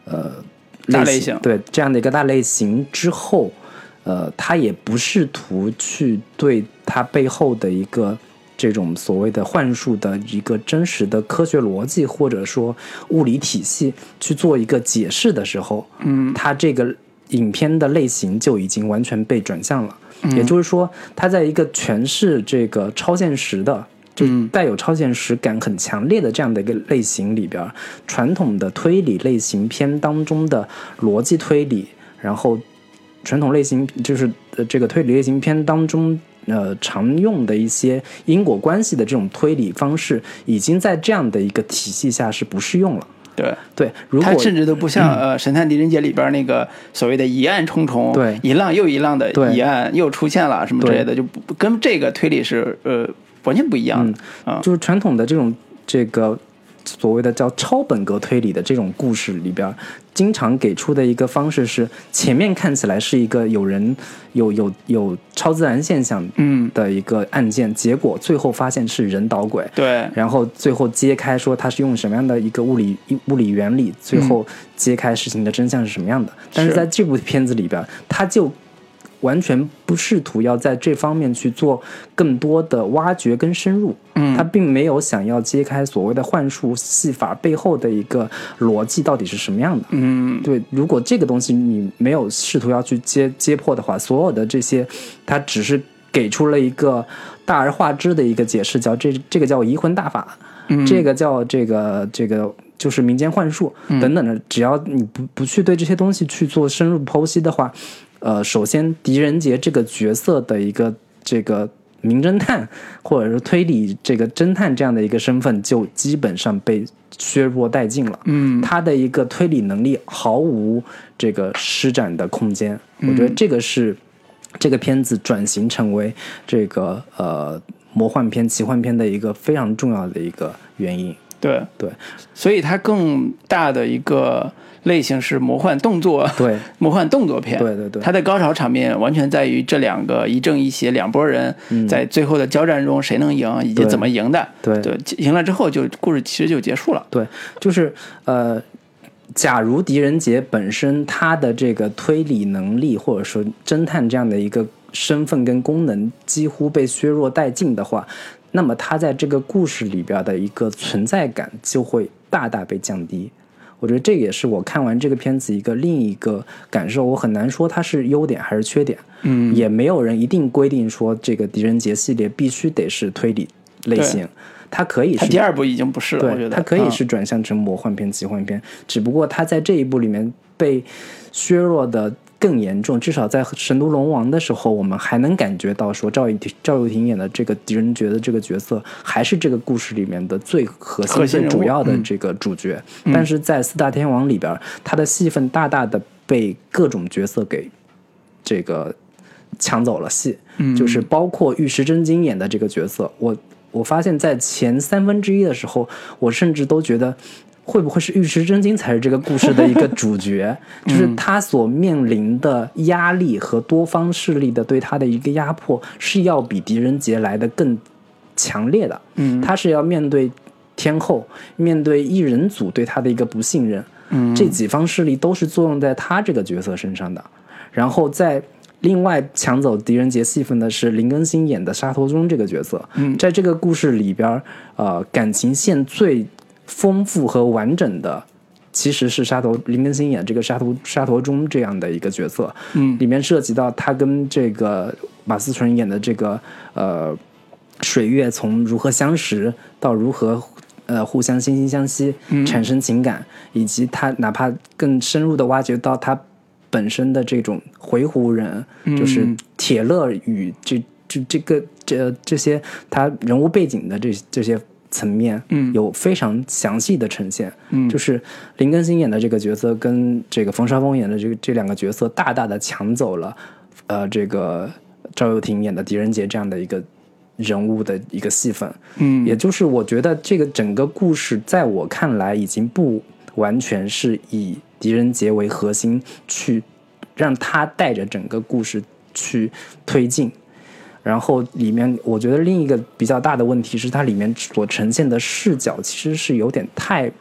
大类型， 对这样的一个大类型之后，他也不试图去对他背后的一个这种所谓的幻术的一个真实的科学逻辑或者说物理体系去做一个解释的时候，他这个影片的类型就已经完全被转向了。也就是说，他在一个诠释这个超现实的。就带有超现实感很强烈的这样的一个类型里边，传统的推理类型片当中的逻辑推理，然后传统类型就是这个推理类型片当中常用的一些因果关系的这种推理方式，已经在这样的一个体系下是不适用了。对，如果它甚至都不像神探狄仁杰里边那个所谓的疑案重重， 对， 一浪又一浪的疑案又出现了什么之类的，就不跟这个推理是完全不一样的。 就是传统的这个所谓的叫超本格推理的这种故事里边，经常给出的一个方式是，前面看起来是一个有人有超自然现象的一个案件，结果最后发现是人捣鬼， 对， 然后最后揭开说它是用什么样的一个物理原理，最后揭开事情的真相是什么样的。但是在这部片子里边，它就完全不试图要在这方面去做更多的挖掘跟深入，他并没有想要揭开所谓的幻术戏法背后的一个逻辑到底是什么样的。对，如果这个东西你没有试图要去揭破的话，所有的这些他只是给出了一个大而化之的一个解释，叫这个叫移魂大法，这个叫这个就是民间幻术等等的，只要你不去对这些东西去做深入剖析的话，首先狄仁杰这个角色的一个这个名侦探或者是推理这个侦探这样的一个身份就基本上被削弱殆尽了。他的一个推理能力毫无这个施展的空间。我觉得这个是这个片子转型成为这个魔幻片奇幻片的一个非常重要的一个原因。 对，所以它更大的一个类型是魔幻动作， 对， 魔幻动作片， 对， 它的高潮场面完全在于这两个一正一邪两拨人在最后的交战中谁能赢以及怎么赢的，对，赢了之后就故事其实就结束了。 对，就是假如狄仁杰本身他的这个推理能力或者说侦探这样的一个身份跟功能几乎被削弱殆尽的话，那么他在这个故事里边的一个存在感就会大大被降低。我觉得这也是我看完这个片子另一个感受，我很难说它是优点还是缺点。也没有人一定规定说这个狄仁杰系列必须得是推理类型，它可以是， 它第二部已经不是了，我觉得它可以是转向成魔幻片奇幻片，只不过它在这一部里面被削弱的更严重，至少在神都龙王的时候我们还能感觉到说赵又廷演的这个狄仁杰的这个角色还是这个故事里面的最核心最主要的这个主角。但是在四大天王里边，他的戏份大大的被各种角色给这个抢走了戏，就是包括玉石真经演的这个角色，我发现在前1/3的时候，我甚至都觉得会不会是玉石真经才是这个故事的一个主角就是他所面临的压力和多方势力的对他的一个压迫是要比狄仁杰来的更强烈的。他是要面对天后，面对异人组对他的一个不信任，这几方势力都是作用在他这个角色身上的。然后在另外抢走狄仁杰戏份的是林更新演的沙陀宗这个角色，在这个故事里边感情线最丰富和完整的其实是林更新演这个沙陀宗这样的一个角色，里面涉及到他跟这个马思纯演的这个水月从如何相识到如何互相惺惺相惜产生情感，以及他哪怕更深入的挖掘到他本身的这种回鹘人，就是铁勒与这些他人物背景的这些层面，有非常详细的呈现。就是林更新演的这个角色跟这个冯绍峰演的这两个角色，大大的抢走了这个赵又廷演的狄仁杰这样的一个人物的一个戏份。也就是我觉得这个整个故事在我看来已经不完全是以狄仁杰为核心去让他带着整个故事去推进。然后里面我觉得另一个比较大的问题是它里面所呈现的视角其实是有点太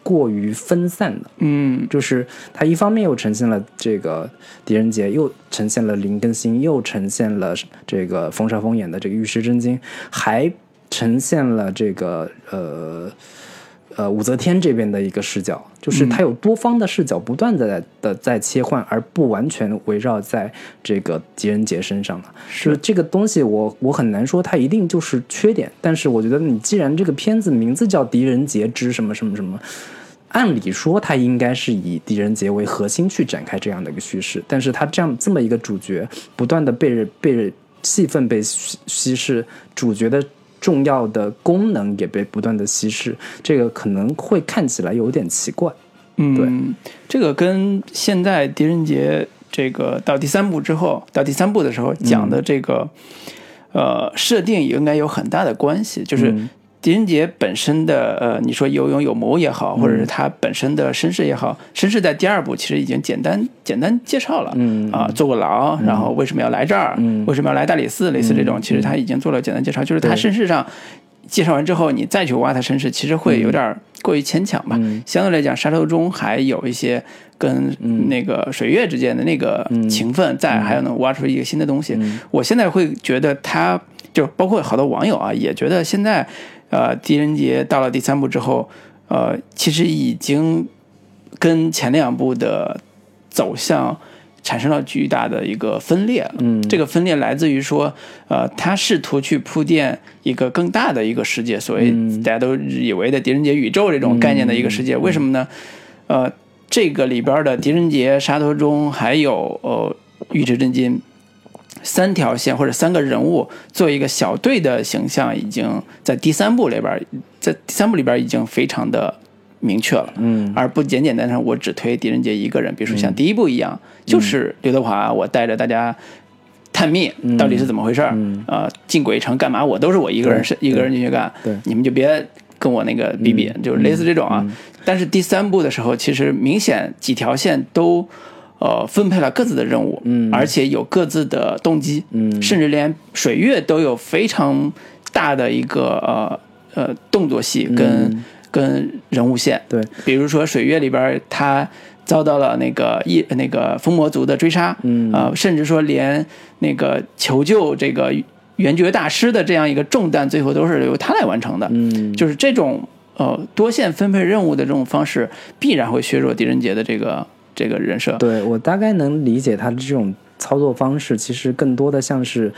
过于分散的。就是它一方面又呈现了这个狄仁杰，又呈现了林更新，又呈现了这个冯绍峰演的这个玉石真经，还呈现了这个武则天这边的一个视角，就是它有多方的视角不断的在切换，而不完全围绕在这个狄仁杰身上了。是这个东西我很难说它一定就是缺点，但是我觉得你既然这个片子名字叫狄仁杰之什么什么什么，按理说它应该是以狄仁杰为核心去展开这样的一个叙事，但是它这么一个主角不断的被戏份被稀释，主角的重要的功能也被不断的稀释，这个可能会看起来有点奇怪。对， 这个跟现在狄仁杰这个到第三部的时候讲的这个设定也应该有很大的关系，就是狄仁杰本身的你说有勇有谋也好，或者是他本身的身世也好，身世在第二部其实已经简单介绍了，坐过牢，然后为什么要来这儿，为什么要来大理寺，类似这种，其实他已经做了简单介绍，就是他身世上介绍完之后，你再去挖他身世，其实会有点过于牵强吧。相对来讲，沙头中还有一些跟那个水月之间的那个情分在，还有能挖出一个新的东西。我现在会觉得他就包括好多网友啊，也觉得现在狄仁杰到了第三部之后，其实已经跟前两部的走向产生了巨大的一个分裂。这个分裂来自于说，他试图去铺垫一个更大的一个世界，所谓大家都以为的狄仁杰宇宙这种概念的一个世界。为什么呢？这个里边的狄仁杰、沙陀中还有玉池真金三条线或者三个人物做一个小队的形象，已经在第三部里边已经非常的明确了，而不简简单单我只推狄仁杰一个人。比如说像第一部一样，就是刘德华，我带着大家探秘，到底是怎么回事进鬼城干嘛？我都是我一个人进去干，你们就别跟我那个比比，就是类似这种啊。但是第三部的时候，其实明显几条线都分配了各自的任务，而且有各自的动机，甚至连水月都有非常大的一个动作戏跟人物线。对，比如说水月里边他遭到了那个风魔族的追杀，甚至说连那个求救这个圆觉大师的这样一个重担，最后都是由他来完成的。就是这种多线分配任务的这种方式，必然会削弱狄仁杰的这个人设。 对，我大概能理解他的这种操作方式，其实更多的像是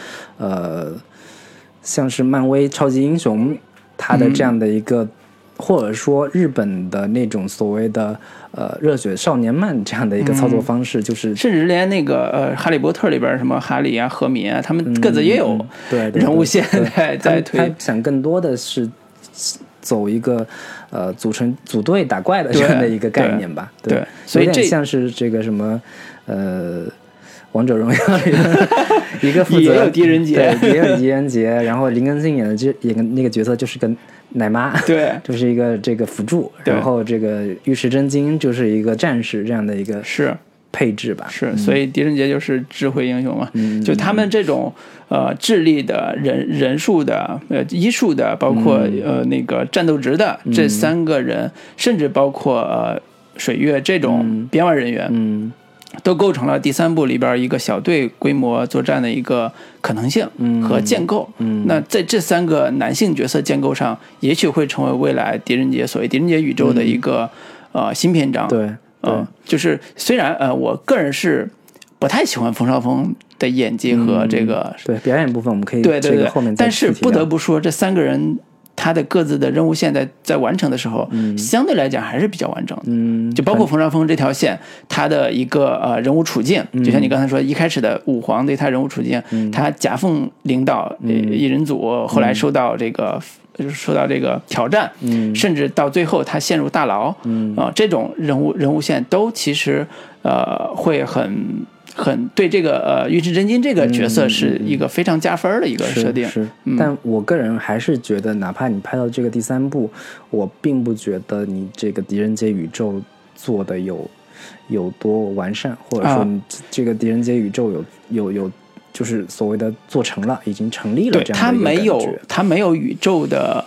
漫威超级英雄他的这样的一个。或者说日本的那种所谓的热血少年漫这样的一个操作方式，就是甚至连那个哈利波特里边什么哈利啊、赫敏啊，他们各自也有人物线在推。 他想更多的是走一个组队打怪的这样的一个概念吧。对， 所以有点像是这个什么王者荣耀里的一个负责也有狄仁杰， 对，也有狄仁杰，然后林更新演的那个角色就是个奶妈， 对， 就是一个这个辅助，然后这个玉石真经就是一个战士这样的一个配置吧。 是，所以狄仁杰就是智慧英雄嘛，就他们这种智力的人数的医术的，包括那个战斗值的这三个人，甚至包括水月这种编外人员，都构成了第三部里边一个小队规模作战的一个可能性和建构。那在这三个男性角色建构上，也许会成为未来狄仁杰所谓狄仁杰宇宙的一个新篇章。 对， 就是虽然我个人是不太喜欢冯绍峰的演技和这个对表演部分，我们可以对这个后面再但是不得不说这三个人。他的各自的任务线在完成的时候，相对来讲还是比较完整的。就包括冯绍峰这条线，他的一个人物处境，就像你刚才说，一开始的武皇对他人物处境，他夹缝领导一人组，后来受到这个挑战，甚至到最后他陷入大牢，这种人物线都其实会很对这个玉池真金这个角色是一个非常加分的一个设定。 是，但我个人还是觉得，哪怕你拍到这个第三部，我并不觉得你这个狄仁杰宇宙做的有多完善，或者说你这个狄仁杰宇宙有就是所谓的做成了，已经成立了这样的一个感觉。 他没有宇宙的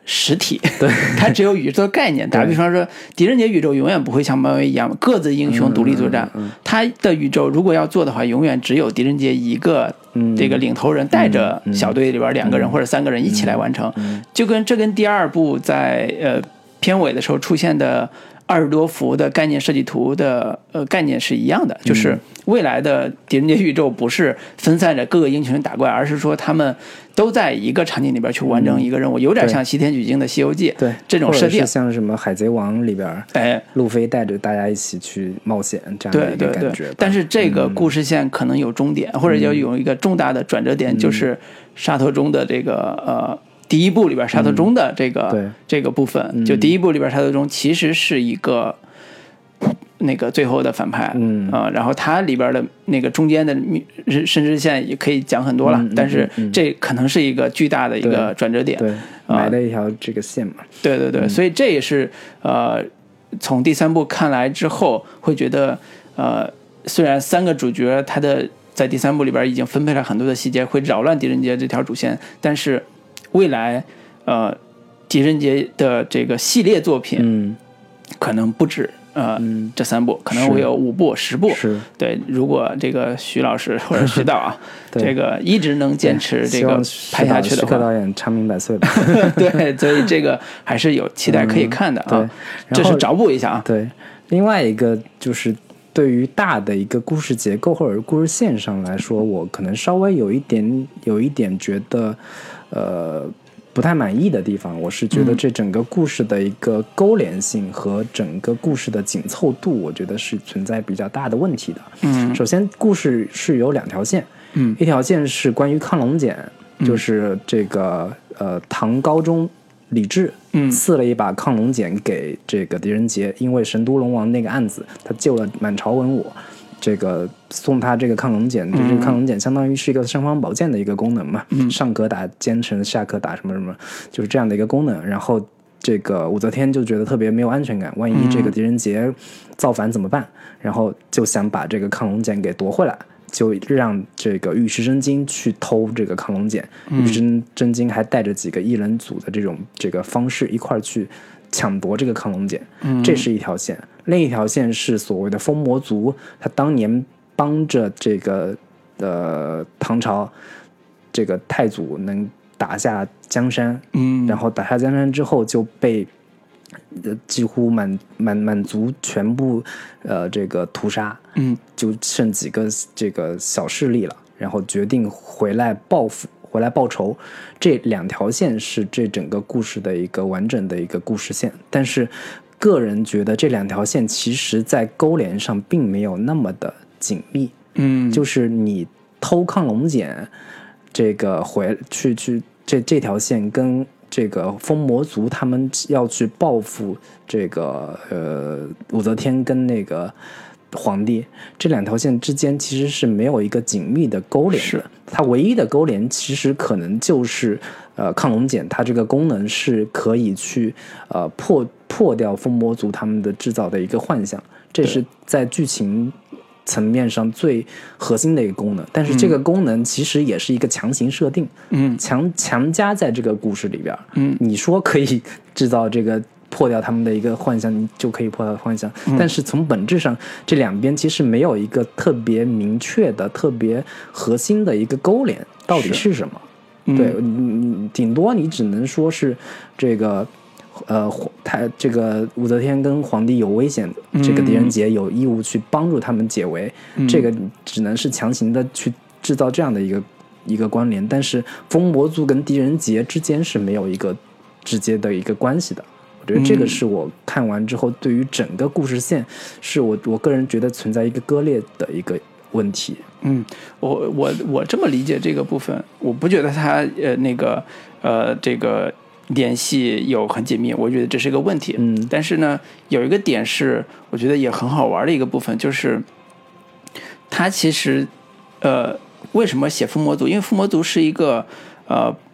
实体， 对， 它只有宇宙的概念。打比方说，狄仁杰宇宙永远不会像漫威一样各自英雄独立作战，它的宇宙如果要做的话，永远只有狄仁杰一个这个领头人带着小队里边2个人或者3个人一起来完成，就跟第2部在片尾的时候出现的20多幅的概念设计图的概念是一样的，就是未来的狄仁杰宇宙不是分散着各个英雄打怪，而是说他们都在一个场景里边去完成一个任务，有点像西天取经的西游记对这种设定， 或者是像什么海贼王里边路飞带着大家一起去冒险这样的一个感觉。 对，但是这个故事线可能有终点，或者要有一个重大的转折点，就是沙特中的这个第1部里边沙特中的这个部分，就第1部里边沙特中其实是一个那个最后的反派，然后它里边的那个中间的甚至线也可以讲很多了，但是这可能是一个巨大的一个转折点， 对，埋了一条这个线嘛。 对，所以这也是从第3部看来之后会觉得虽然3个主角他的在第3部里边已经分配了很多的细节，会扰乱狄仁杰这条主线，但是未来狄仁杰的这个系列作品可能不止这3部，可能会有5部10部。 是， 对，如果这个徐老师或者徐导啊这个一直能坚持这个拍下去的话， 徐克导演长命百岁吧。 对，所以这个还是有期待可以看的啊。这是着补一下啊。 对，另外一个就是对于大的一个故事结构或者故事线上来说，我可能稍微有一点觉得不太满意的地方，我是觉得这整个故事的一个勾连性和整个故事的紧凑度，我觉得是存在比较大的问题的。首先故事是有2条线，一条线是关于亢龙锏，就是这个唐高宗李治赐了一把亢龙锏给这个狄仁杰，因为神都龙王那个案子，他救了满朝文武。这个送他这个亢龙锏，这个亢龙锏相当于是一个尚方宝剑的一个功能嘛，上可打奸臣，下可打什么什么，就是这样的一个功能。然后这个武则天就觉得特别没有安全感，万一这个狄仁杰造反怎么办？然后就想把这个亢龙锏给夺回来，就让这个尉迟真经去偷这个亢龙锏，尉迟真经还带着几个异人组的这个方式一块去抢夺这个亢龙锏，这是一条线。另一条线是所谓的封魔族，他当年帮着这个唐朝这个太祖能打下江山，然后打下江山之后就被几乎满族全部这个屠杀，就剩几个这个小势力了，然后决定回来报复。回来报仇，这2条线是这整个故事的一个完整的一个故事线，但是个人觉得这2条线其实在勾连上并没有那么的紧密，就是你偷亢龙锏这个去这条线跟这个封魔族他们要去报复这个武则天跟那个皇帝，这2条线之间其实是没有一个紧密的勾连的，它唯一的勾连其实可能就是亢龙锏，它这个功能是可以去破掉封魔族他们的制造的一个幻象，这是在剧情层面上最核心的一个功能，但是这个功能其实也是一个强行设定，强加在这个故事里边，你说可以制造这个破掉他们的一个幻象，你就可以破掉幻象，但是从本质上这2边其实没有一个特别明确的特别核心的一个勾连到底是什么，对，顶多你只能说是这个这个武则天跟皇帝有危险，这个狄仁杰有义务去帮助他们解围，这个只能是强行的去制造这样的一个关联，但是封魔族跟狄仁杰之间是没有一个直接的一个关系的。我觉得这个是我看完之后对于整个故事线是我个人觉得存在一个割裂的一个问题。 我这么理解这个部分，我不觉得它这个联系有很紧密，我觉得这是一个问题。但是呢，有一个点是我觉得也很好玩的一个部分，就是它其实为什么写伏魔族？因为伏魔族是一个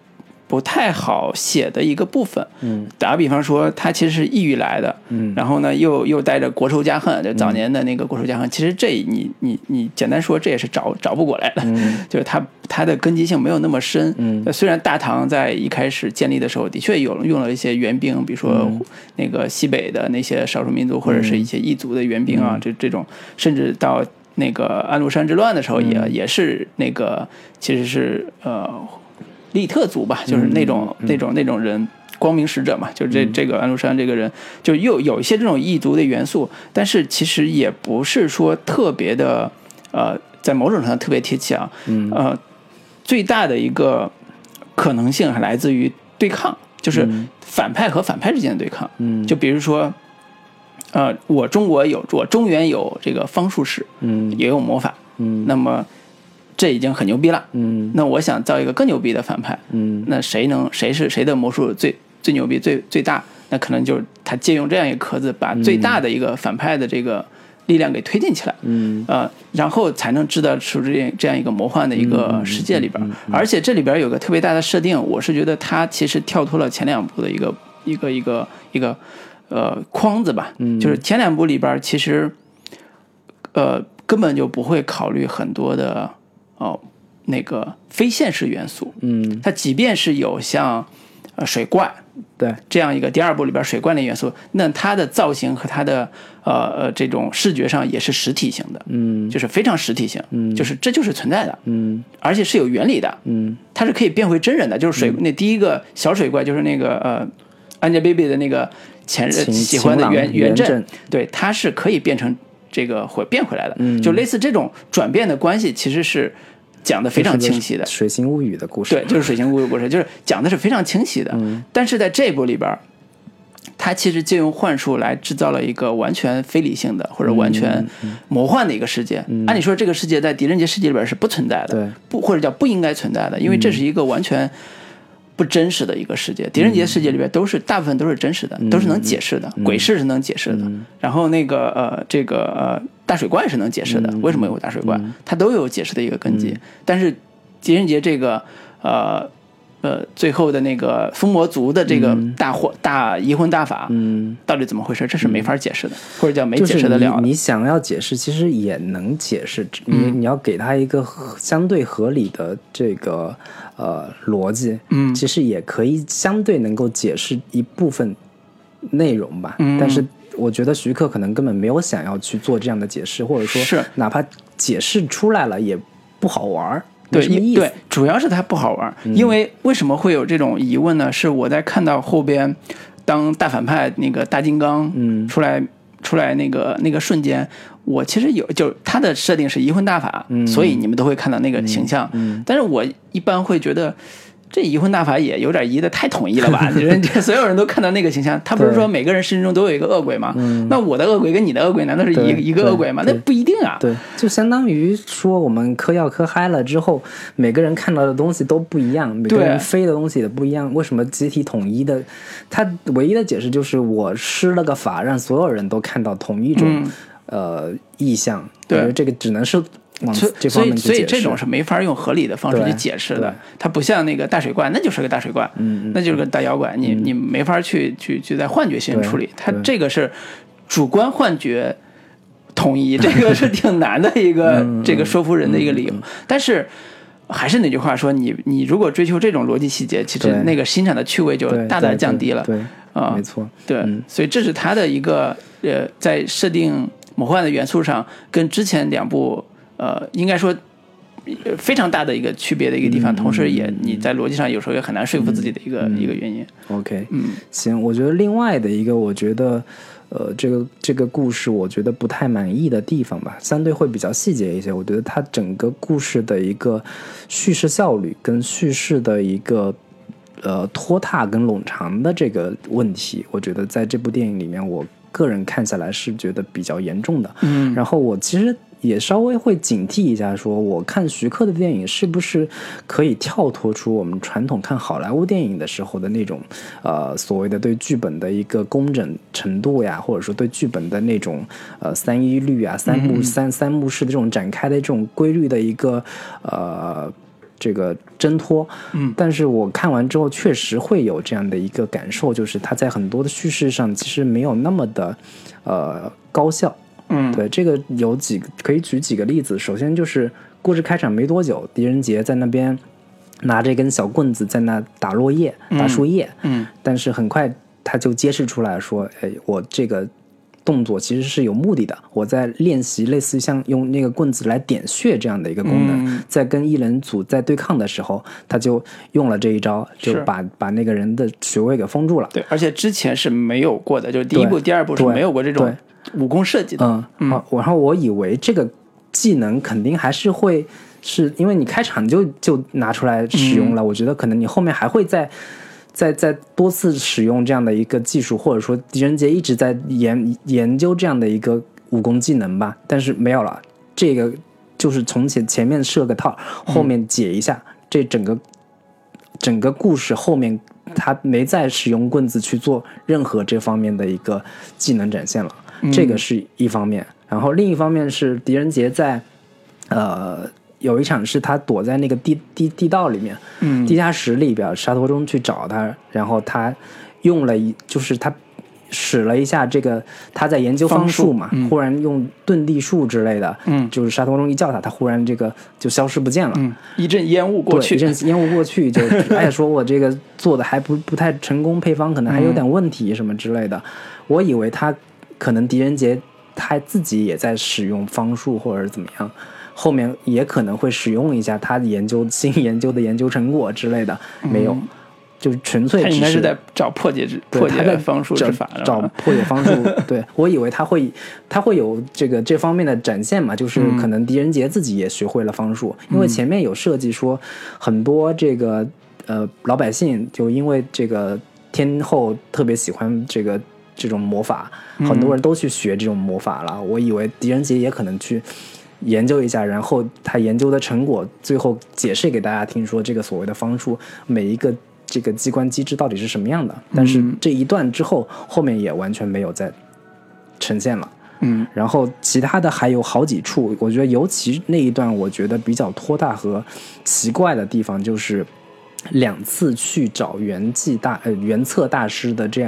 不太好写的一个部分。打个比方说，他其实是异域来的，然后呢又带着国仇家恨，就早年的那个国仇家恨。其实这你简单说，这也是找不过来的，就是他的根基性没有那么深。虽然大唐在一开始建立的时候，的确用了一些援兵，比如说那个西北的那些少数民族或者是一些异族的援兵啊，这种，甚至到那个安禄山之乱的时候也是那个其实是利特族吧，就是那种人，光明使者嘛，就这个安禄山这个人，就又有一些这种异族的元素，但是其实也不是说特别的在某种程度上特别贴切啊。最大的一个可能性还来自于对抗，就是反派和反派之间的对抗。就比如说我中原有这个方术士，也有魔法，那么这已经很牛逼了。那我想造一个更牛逼的反派，那谁是谁的魔术最牛逼最大？那可能就是他借用这样一个壳子，把最大的一个反派的这个力量给推进起来，然后才能制造出这样一个魔幻的一个世界里边。而且这里边有个特别大的设定，我是觉得它其实跳脱了前两部的一个框子吧，就是前两部里边其实根本就不会考虑很多的那个非现实元素。它即便是有像水怪， 对这样一个第二部里边水怪的元素，那它的造型和它的这种视觉上也是实体性的，就是非常实体性，就是这就是存在的，而且是有原理的，它是可以变回真人的。就是那第一个小水怪，就是那个Angelababy 的那个前任喜欢的原阵，对，它是可以变成这个变回来的，就类似这种转变的关系，其实是讲的非常清晰的。 水形物语的故事， 对，就是水形物语故事，就是讲的是非常清晰的。但是在这部里边，它其实借用幻术来制造了一个完全非理性的或者完全魔幻的一个世界。按理说这个世界在狄仁杰世界里边是不存在的，或者叫不应该存在的，因为这是一个完全不真实的一个世界。狄仁杰世界里边大部分都是真实的，都是能解释的，鬼市是能解释的，然后那个大水怪是能解释的，为什么有大水怪，它都有解释的一个根基。但是狄仁杰这个最后的那个封魔族的这个大移魂大法，到底怎么回事？这是没法解释的，或者叫没解释得了的。 就是你想要解释，其实也能解释，你要给他一个相对合理的这个逻辑，其实也可以相对能够解释一部分内容吧。但是我觉得徐克可能根本没有想要去做这样的解释，或者说哪怕解释出来了也不好玩。 对，主要是它不好玩。因为为什么会有这种疑问呢？是我在看到后边当大反派那个大金刚出来那个瞬间，我其实就他的设定是移魂大法，所以你们都会看到那个形象。但是我一般会觉得这移魂大法也有点移得太统一了吧？就是所有人都看到那个形象，他不是说每个人心中都有一个恶鬼吗？那我的恶鬼跟你的恶鬼难道是一个恶鬼吗？那不一定啊。 对，就相当于说我们嗑药嗑嗨了之后，每个人看到的东西都不一样，每个人飞的东西也不一样。为什么集体统一的？他唯一的解释就是我施了个法，让所有人都看到同一种意象。 对， 这个只能是。 所以这种是没法用合理的方式去解释的。它不像那个大水怪，那就是个大水怪，那就是个大妖怪，你没法去在幻觉性处理。它这个是主观幻觉统一，这个是挺难的一个这个说服人的一个理由。但是还是那句话说，你如果追求这种逻辑细节，其实那个欣赏的趣味就大大降低了。 对，没错。 对，所以这是它的一个在设定魔幻的元素上跟之前两部应该说非常大的一个区别的一个地方，同时也你在逻辑上有时候也很难说服自己的一个原因。 OK，行，我觉得另外的一个，我觉得这个故事我觉得不太满意的地方吧，相对会比较细节一些。我觉得它整个故事的一个叙事效率跟叙事的一个拖沓跟冗长的这个问题，我觉得在这部电影里面，我个人看下来是觉得比较严重的。然后我其实也稍微会警惕一下，说我看徐克的电影是不是可以跳脱出我们传统看好莱坞电影的时候的那种所谓的对剧本的一个工整程度呀，或者说对剧本的那种三一律啊、三幕式的这种展开的这种规律的一个这个挣脱，但是我看完之后确实会有这样的一个感受，就是它在很多的叙事上其实没有那么的高效。对，这个可以举几个例子。首先就是故事开场没多久，狄仁杰在那边拿着一根小棍子在那打落叶、打树叶，但是很快他就揭示出来说，我这个动作其实是有目的的，我在练习类似像用那个棍子来点穴这样的一个功能，在跟异人组在对抗的时候，他就用了这一招，就把那个人的穴位给封住了。 对，而且之前是没有过的，就是第一部、第二部是没有过这种武功设计的。 然后我以为这个技能肯定还是会是因为你开场就拿出来使用了，我觉得可能你后面还会再多次使用这样的一个技术，或者说狄仁杰一直在研究这样的一个武功技能吧，但是没有了，这个就是从前面设个套，后面解一下，这整个故事后面他没再使用棍子去做任何这方面的一个技能展现了，这个是一方面。然后另一方面是狄仁杰在有一场是他躲在那个地道里面，地下室里边，沙陀中去找他，然后他用了就是他使了一下这个他在研究方术嘛，忽然用遁地术之类的，就是沙陀中一叫他忽然这个就消失不见了， 一阵烟雾过去， 一阵烟雾过去，就说我这个做的还不太成功，配方可能还有点问题什么之类的。我以为他可能狄仁杰他自己也在使用方术或者怎么样。后面也可能会使用一下他新研究的研究成果之类的，没有，就是纯粹只是他应该是在找破解方术之法， 找破解方术。对，我以为他会有这方面的展现嘛，就是可能狄仁杰自己也学会了方术，因为前面有设计说很多这个老百姓就因为这个天后特别喜欢这种魔法，很多人都去学这种魔法了。我以为狄仁杰也可能去研究一下，然后他研究的成果最后解释给大家听，说这个所谓的方术每一个这个机关机制到底是什么样的。但是这一段之后，后面也完全没有再呈现了。然后其他的还有好几处，我觉得尤其那一段我觉得比较拖大和奇怪的地方，就是2次去找原策大师的这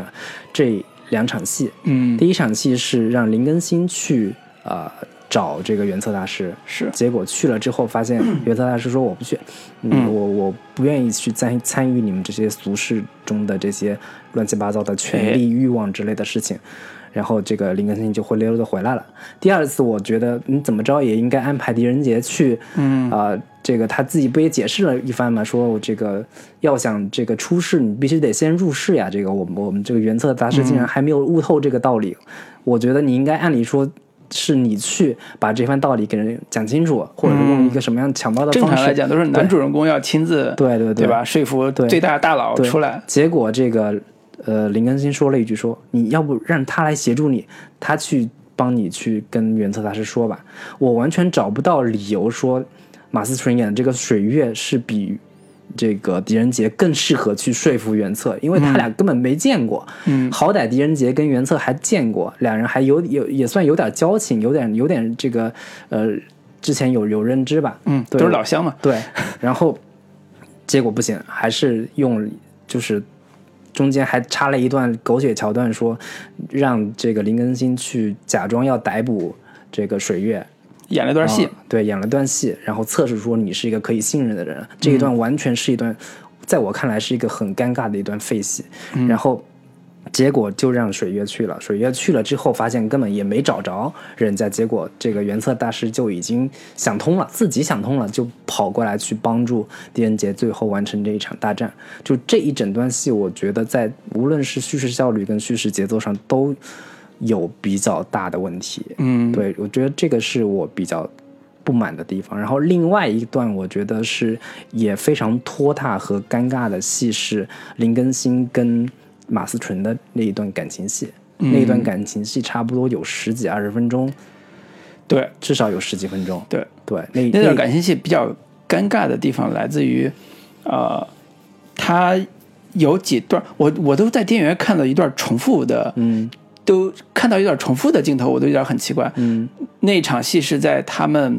2场戏。第一场戏是让林更新去找这个原策大师， 是结果去了之后发现原策大师说我不去，我不愿意去参与你们这些俗世中的这些乱七八糟的权力欲望之类的事情。然后这个林更新就灰溜溜的回来了。第二次我觉得你怎么着也应该安排狄仁杰去，这个他自己不也解释了一番嘛，说我这个要想这个出世，你必须得先入世呀。这个我们这个原策大师竟然还没有悟透这个道理，我觉得你应该按理说是你去把这番道理给人讲清楚，或者是用一个什么样巧妙的方式。 正常来讲都是男主人公要亲自对吧，说服最大的大佬出来。 结果这个林更新说了一句说你要不让他来协助你，他去帮你去跟原策大师说吧。我完全找不到理由说马思纯演的这个水月是比这个狄仁杰更适合去说服原策，因为他俩根本没见过。好歹狄仁杰跟原策还见过，两人还也算有点交情，有点这个之前有认知吧。 都是老乡嘛。 对，然后结果不行，还是用就是中间还插了一段狗血桥段，说让这个林更新去假装要逮捕这个水月。 演了段戏， 对，演了段戏，然后测试说你是一个可以信任的人。这一段完全是一段，在我看来是一个很尴尬的一段废戏。然后结果就让水月去了，水月去了之后发现根本也没找着人家，结果这个原策大师就已经想通了，自己想通了，就跑过来去帮助狄仁杰最后完成这一场大战。就这一整段戏，我觉得在无论是叙事效率跟叙事节奏上都有比较大的问题。对，我觉得这个是我比较不满的地方。然后另外一段我觉得是也非常拖沓和尴尬的戏是林更新跟马思纯的那一段感情戏。那一段感情戏差不多有10几20分钟， 对， 至少有10几分钟。 对， 那段感情戏比较尴尬的地方来自于他有几段我都在电影院看到一段重复的，都看到一段重复的镜头，我都有点很奇怪。那场戏是在他们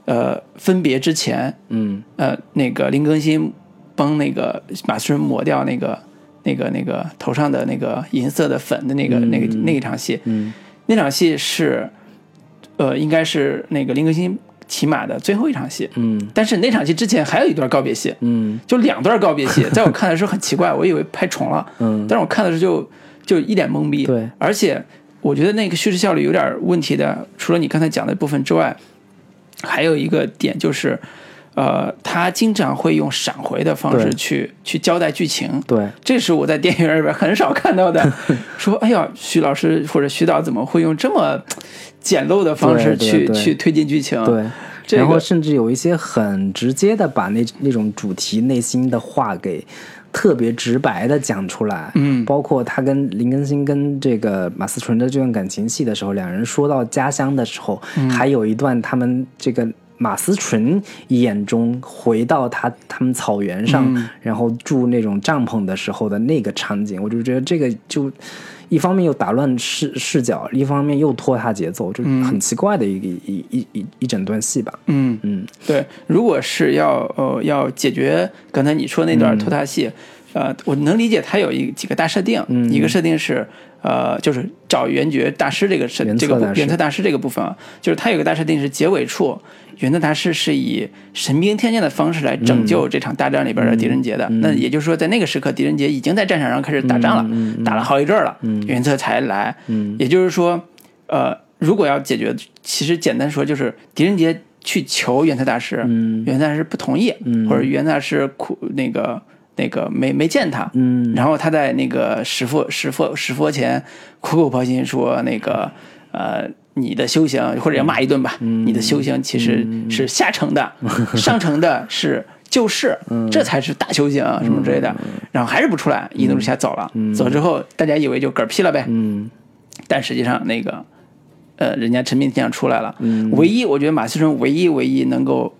分别之前，那个林更新帮那个马思纯抹掉那个头上的那个银色的粉的那一场戏，那场戏是应该是那个林更新骑马的最后一场戏，但是那场戏之前还有一段告别戏，就2段告别戏，在我看的时候很奇怪，我以为拍重了，但是我看的时候就一脸懵逼， 对， 而且我觉得那个叙事效率有点问题的，除了你刚才讲的部分之外，还有一个点就是，他经常会用闪回的方式去交代剧情， 对， 这是我在电影院里边很少看到的。说，哎呀，徐老师或者徐导怎么会用这么简陋的方式去推进剧情？ 对。然后甚至有一些很直接的把那种主题内心的话给特别直白的讲出来，包括他跟林更新跟这个马思纯的这段感情戏的时候，两人说到家乡的时候，还有一段他们这个马思纯眼中回到他们草原上，然后住那种帐篷的时候的那个场景，我就觉得这个就一方面又打乱视角，一方面又拖沓节奏，就很奇怪的一整段戏吧。 对，如果是要解决刚才你说那段拖沓戏，我能理解它有几个大设定，一个设定是就是找原觉大师这个原策大师这个部分啊，就是它有个大设定是结尾处，原策大师是以神兵天将的方式来拯救这场大战里边的狄仁杰的。那也就是说，在那个时刻，狄仁杰已经在战场上开始打仗了，打了好一阵了，原策才来。也就是说，如果要解决，其实简单说就是狄仁杰去求原策大师，原策大师不同意，或者原策大师那个没见他，然后他在那个石佛前苦口婆心说那个你的修行，或者要骂一顿吧，你的修行其实是下乘的，上乘的是救世，这才是大修行什么之类的，然后还是不出来，一怒之下走了，走之后大家以为就嗝屁了呗，但实际上那个人家陈明天出来了，唯一我觉得马思纯唯一能够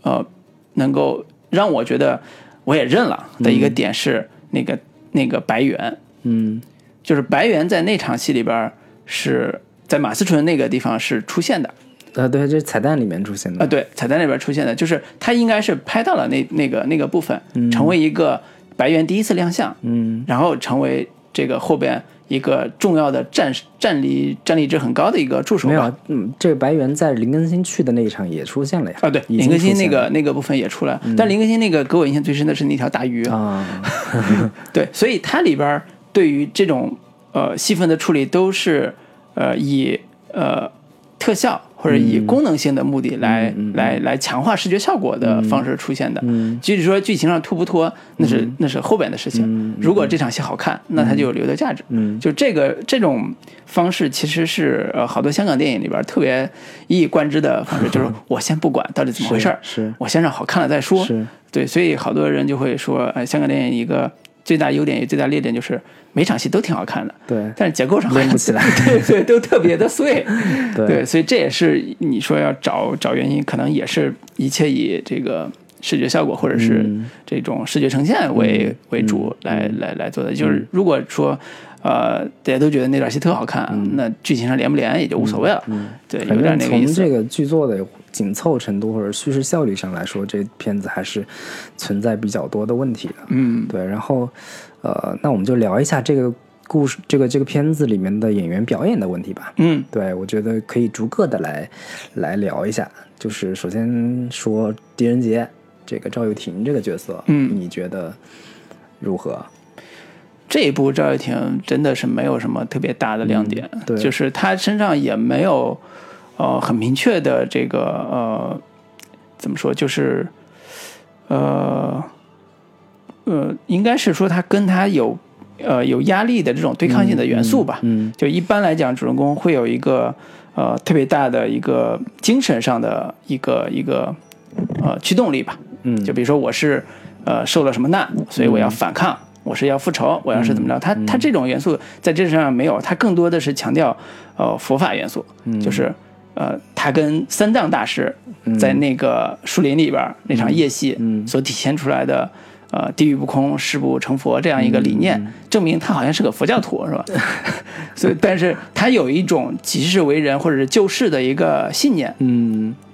让我觉得我也认了的一个点是那个白猿，就是白猿在那场戏里边是在马思纯那个地方是出现的， 对，这是彩蛋里面出现的， 对，彩蛋里边出现的，就是他应该是拍到了那个部分，成为一个白猿第一次亮相，然后成为这个后边一个重要的战力值很高的一个助手吧。 没有，这个白猿在林更新去的那一场也出现了呀。 对，林更新那个部分也出来，但林更新那个给我印象最深的是那条大鱼啊。 对，所以它里边对于这种戏份的处理都是以特效或者以功能性的目的来强化视觉效果的方式出现的。即使说剧情上拖不拖，那是后边的事情。如果这场戏好看，那它就有留的价值。就这种方式其实是好多香港电影里边特别一以贯之的方式，就是我先不管到底怎么回事，我先让好看了再说。对，所以好多人就会说，香港电影一个最大优点也最大劣点就是每场戏都挺好看的， 对， 但是结构上连不起来， 对，都特别的碎，对，所以这也是你说要找原因，可能也是一切以这个视觉效果或者是这种视觉呈现为主来做的。就是如果说大家都觉得那段戏特好看，那剧情上连不连也就无所谓了，对，有点那个意思。 从这个剧作的紧凑程度或者叙事效率上来说，这片子还是存在比较多的问题的。对，然后那我们就聊一下这个故事，这个片子里面的演员表演的问题吧。对，我觉得可以逐个的来聊一下。就是首先说狄仁杰这个赵又廷这个角色，你觉得如何？ 这一部赵又廷真的是没有什么特别大的亮点，就是他身上也没有很明确的这个怎么说，就是应该是说他跟他有压力的这种对抗性的元素吧。就一般来讲，主人公会有一个特别大的一个精神上的一个驱动力吧。就比如说我是受了什么难，所以我要反抗。我是要复仇，我要是怎么着，他这种元素在这上没有，他更多的是强调佛法元素，就是他跟三藏大师在那个树林里边那场夜戏所体现出来的地狱不空，誓不成佛这样一个理念，证明他好像是个佛教徒，是吧？所以，但是他有一种济世为人或者是救世的一个信念。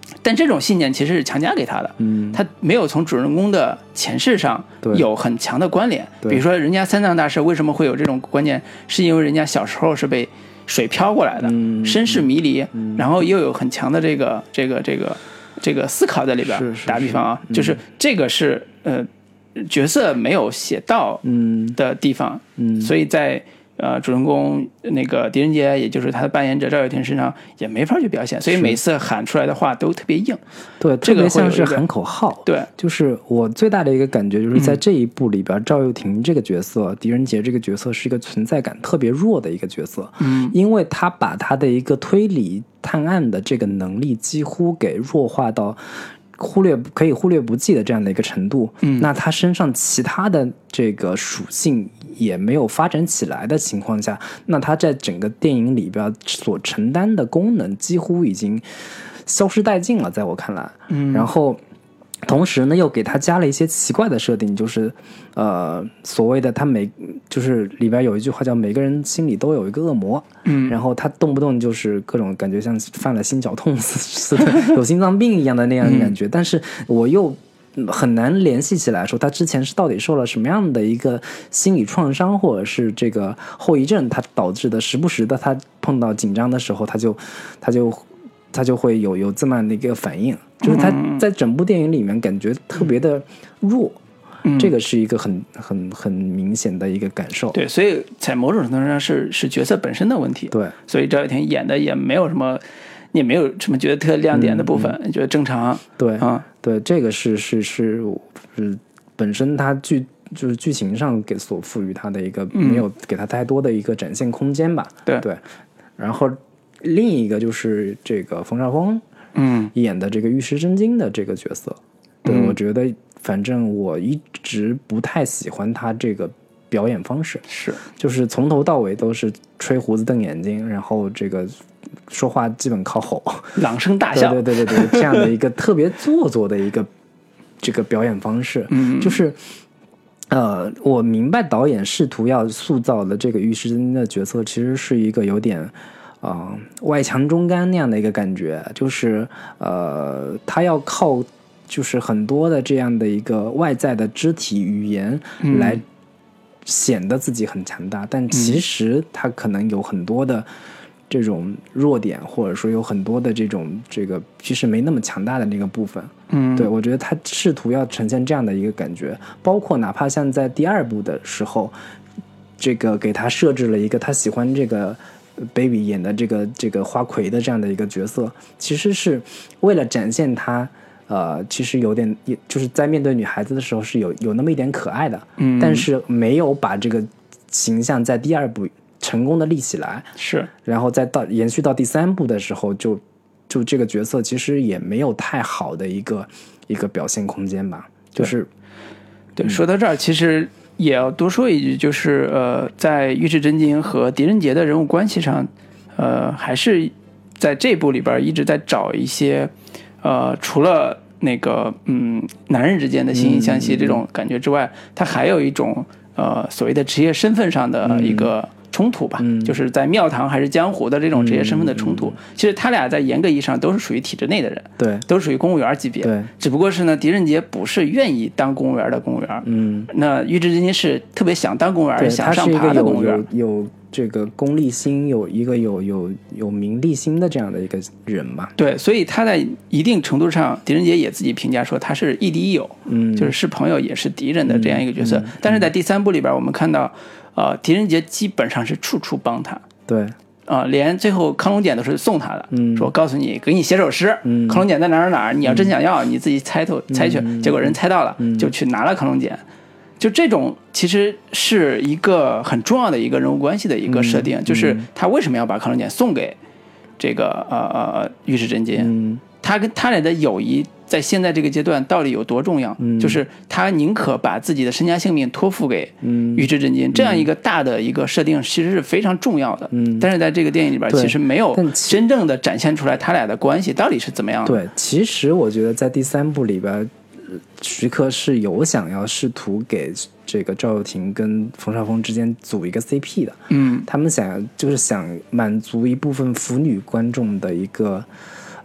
但这种信念其实是强加给他的，他没有从主人公的前世上有很强的关联。比如说，人家三藏大师为什么会有这种观念，是因为人家小时候是被水漂过来的，身世迷离，然后又有很强的这个思考在里边。打比方啊，就是这个是角色没有写到的地方，所以在主人公那个狄仁杰，也就是他的扮演者赵又廷身上也没法去表现，所以每次喊出来的话都特别硬， 对， 这个特别像是喊口号。 对， 就是我最大的一个感觉就是在这一部里边，赵又廷这个角色，狄仁杰这个角色是一个存在感特别弱的一个角色，因为他把他的一个推理探案的这个能力几乎给弱化到可以忽略不计的这样的一个程度，那他身上其他的这个属性也没有发展起来的情况下，那他在整个电影里边所承担的功能几乎已经消失殆尽了，在我看来。然后同时呢，又给他加了一些奇怪的设定，就是所谓的就是里边有一句话叫每个人心里都有一个恶魔，然后他动不动就是各种感觉像犯了心绞痛似的，有心脏病一样的那样的感觉，但是我又很难联系起来说他之前是到底受了什么样的一个心理创伤，或者是这个后遗症，他导致的时不时的他碰到紧张的时候他就会有这么样的一个反应，就是他在整部电影里面感觉特别的弱，这个是一个很明显的一个感受。 对，所以在某种程度上是角色本身的问题。对，所以赵又廷演的也没有什么，也没有什么觉得特亮点的部分，觉得正常。 对啊，对，这个是本身他就是剧情上给所赋予他的一个没有给他太多的一个展现空间吧。对，然后另一个就是这个冯绍峰演的这个玉石真经的这个角色，对，我觉得反正我一直不太喜欢他这个表演方式，就是从头到尾都是吹胡子瞪眼睛，然后这个说话基本靠吼， 朗声大笑， 对，这样的一个特别做作的一个这个表演方式，就是我明白导演试图要塑造的这个玉石真经的角色其实是一个有点外强中干那样的一个感觉，就是他要靠就是很多的这样的一个外在的肢体语言来显得自己很强大，但其实他可能有很多的这种弱点，或者说有很多的这个其实没那么强大的那个部分。对，我觉得他试图要呈现这样的一个感觉，包括哪怕像在第二部的时候，这个给他设置了一个他喜欢这个Baby 演的这个花魁的这样的一个角色，其实是为了展现他其实有点就是在面对女孩子的时候是有那么一点可爱的，但是没有把这个形象在第二部成功的立起来，然后再延续到第三部的时候，就这个角色其实也没有太好的一个表现空间吧，就是对。说到这儿，其实也要多说一句，就是在玉石真经和狄仁杰的人物关系上，还是在这部里边一直在找一些除了那个男人之间的惺惺相惜这种感觉之外，他还有一种所谓的职业身份上的一个冲突吧，就是在庙堂还是江湖的这种职业身份的冲突。其实他俩在严格意义上都是属于体制内的人， 对， 都是属于公务员级别， 对， 只不过是呢，狄仁杰不是愿意当公务员的公务员，那玉石真经是特别想当公务员，想上爬的公务员， 有这个功利心，有一个有名利心的这样的一个人嘛。 对，所以他在一定程度上，狄仁杰也自己评价说他是亦敌亦友，就是朋友也是敌人的这样一个角色。但是在第三部里边，我们看到狄仁杰基本上是处处帮他， 对， 连最后康龙锏都是送他的，说告诉你给你写首诗，康龙锏在哪儿，你要真想要你自己猜去，结果人猜到了，就去拿了康龙锏。就这种其实是一个很重要的一个人物关系的一个设定，就是他为什么要把康龙锏送给这个玉石真经，他跟他俩的友谊在现在这个阶段到底有多重要，就是他宁可把自己的身家性命托付给玉石真经，这样一个大的一个设定其实是非常重要的，但是在这个电影里边其实没有真正的展现出来他俩的关系到底是怎么样的。 对，其实我觉得在第三部里边徐克是有想要试图给这个赵又廷跟冯绍峰之间组一个 CP 的，他们想满足一部分腐女观众的一个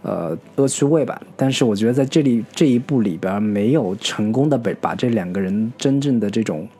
恶趣味吧。但是我觉得在这一部里边没有成功的把这两个人真正的这种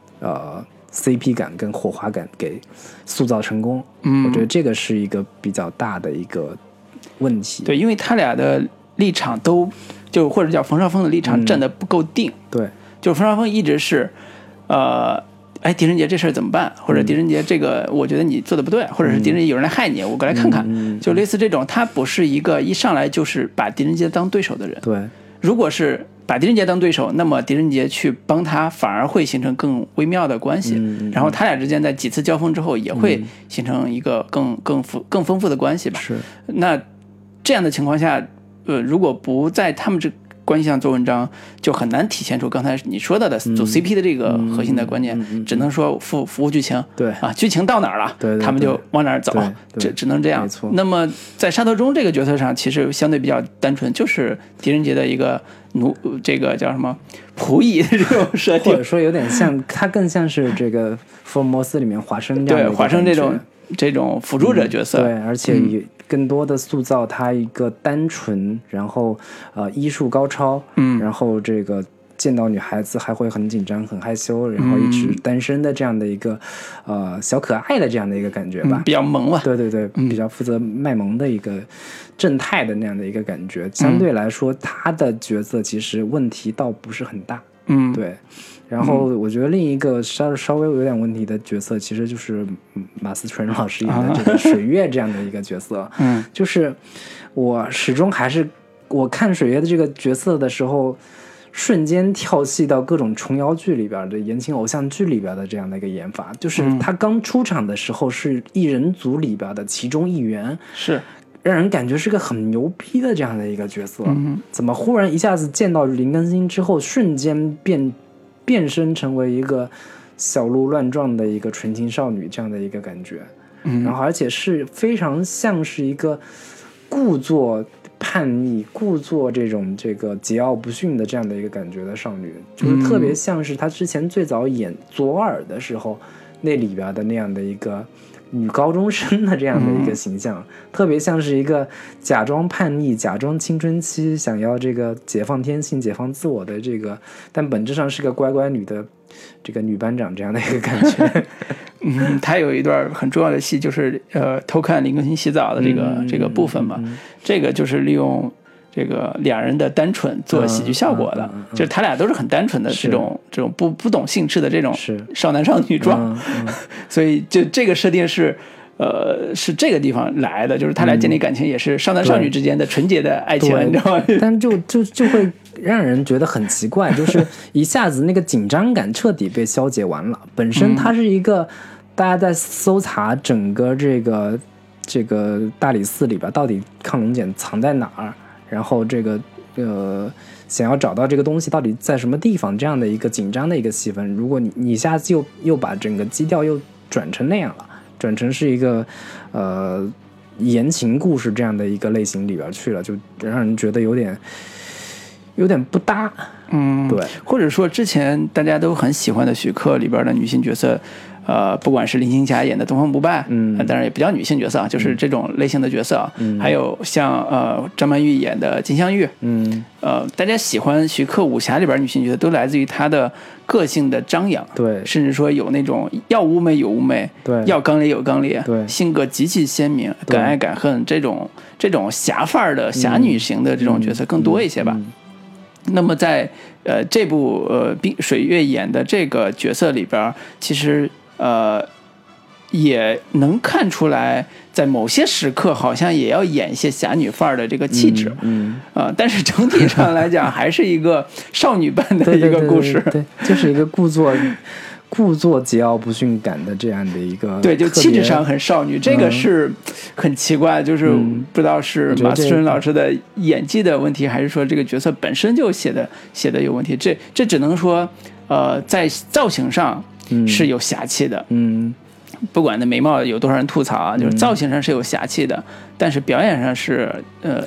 CP 感跟火花感给塑造成功。我觉得这个是一个比较大的一个问题。 对，因为他俩的立场都就或者叫冯绍峰的立场站得不够定。 对， 就冯绍峰一直是狄仁杰这事儿怎么办？或者狄仁杰这个我觉得你做的不对，或者是狄仁杰有人来害你，我过来看看，就类似这种。他不是一个一上来就是把狄仁杰当对手的人。 对， 如果是把狄仁杰当对手，那么狄仁杰去帮他反而会形成更微妙的关系，然后他俩之间在几次交锋之后也会形成一个更丰富的关系吧。 是。 那这样的情况下，如果不在他们这关系上做文章，就很难体现出刚才你说到的组 CP 的这个核心的观念，只能说服务剧情。 对啊，剧情到哪儿了， 对， 他们就往哪儿走，只能这样。 没错。 那么在沙特中这个角色上，其实相对比较单纯，就是狄仁杰的一个这个叫什么仆役的这种设定， 或者说有点像，他更像是这个福尔摩斯里面华生这样的对华生这种辅助者角色。 对，而且也更多的塑造他一个单纯，然后医术高超，然后这个见到女孩子还会很紧张很害羞，然后一直单身的这样的一个小可爱的这样的一个感觉吧， 比较萌吧。 对对对，比较负责卖萌的一个正太的那样的一个感觉。相对来说他的角色其实问题倒不是很大。对。然后我觉得另一个稍微有点问题的角色，其实就是马思纯老师演的这个水月这样的一个角色。就是我始终还是我看水月的这个角色的时候，瞬间跳戏到各种琼瑶剧里边的言情偶像剧里边的这样的一个演法。就是他刚出场的时候是一人组里边的其中一员， 是让人感觉是个很牛逼的这样的一个角色。怎么忽然一下子见到林更新之后，瞬间变身成为一个小鹿乱撞的一个纯情少女这样的一个感觉。然后而且是非常像是一个故作叛逆、故作这个桀骜不驯的这样的一个感觉的少女，就是特别像是她之前最早演左耳的时候那里边的那样的一个女高中生的这样的一个形象，特别像是一个假装叛逆、假装青春期，想要这个解放天性、解放自我的这个，但本质上是个乖乖女的这个女班长这样的一个感觉。 她有一段很重要的戏，就是偷看林更新洗澡的这个部分嘛，这个就是利用这个两人的单纯做喜剧效果的，就是他俩都是很单纯的这种不懂性质的这种少男少女状，所以就这个设定是这个地方来的，就是他俩建立感情也是少男少女之间的纯洁的爱情，你知道吗？ 但就会让人觉得很奇怪，就是一下子那个紧张感彻底被消解完了。本身它是一个大家在搜查整个这个大理寺里边到底亢龙锏藏在哪儿，然后这个想要找到这个东西到底在什么地方，这样的一个紧张的一个气氛，如果你一下子又把整个基调又转成那样了，转成是一个言情故事这样的一个类型里边去了，就让人觉得有点不搭。对， 或者说之前大家都很喜欢的徐克里边的女性角色，不管是林青霞演的《东方不败》，当然也不叫女性角色啊，就是这种类型的角色，还有像张曼玉演的金镶玉，大家喜欢徐克武侠里边女性角色，都来自于她的个性的张扬， 对， 甚至说有那种要妩媚有妩媚， 对， 要刚烈有刚烈， 对， 性格极其鲜明，敢爱敢恨，这种侠范儿的侠女型的这种角色更多一些吧。那么在这部水月演的这个角色里边，其实也能看出来，在某些时刻好像也要演一些侠女范儿的这个气质，但是整体上来讲还是一个少女般的一个故事， 对，就是一个故作桀骜不驯感的这样的一个， 对，就气质上很少女，这个是很奇怪，就是不知道是马思纯老师的演技的问题，还是说这个角色本身就写的有问题，这只能说在造型上是有侠气的，不管那眉毛有多少人吐槽啊，就是造型上是有侠气的，但是表演上是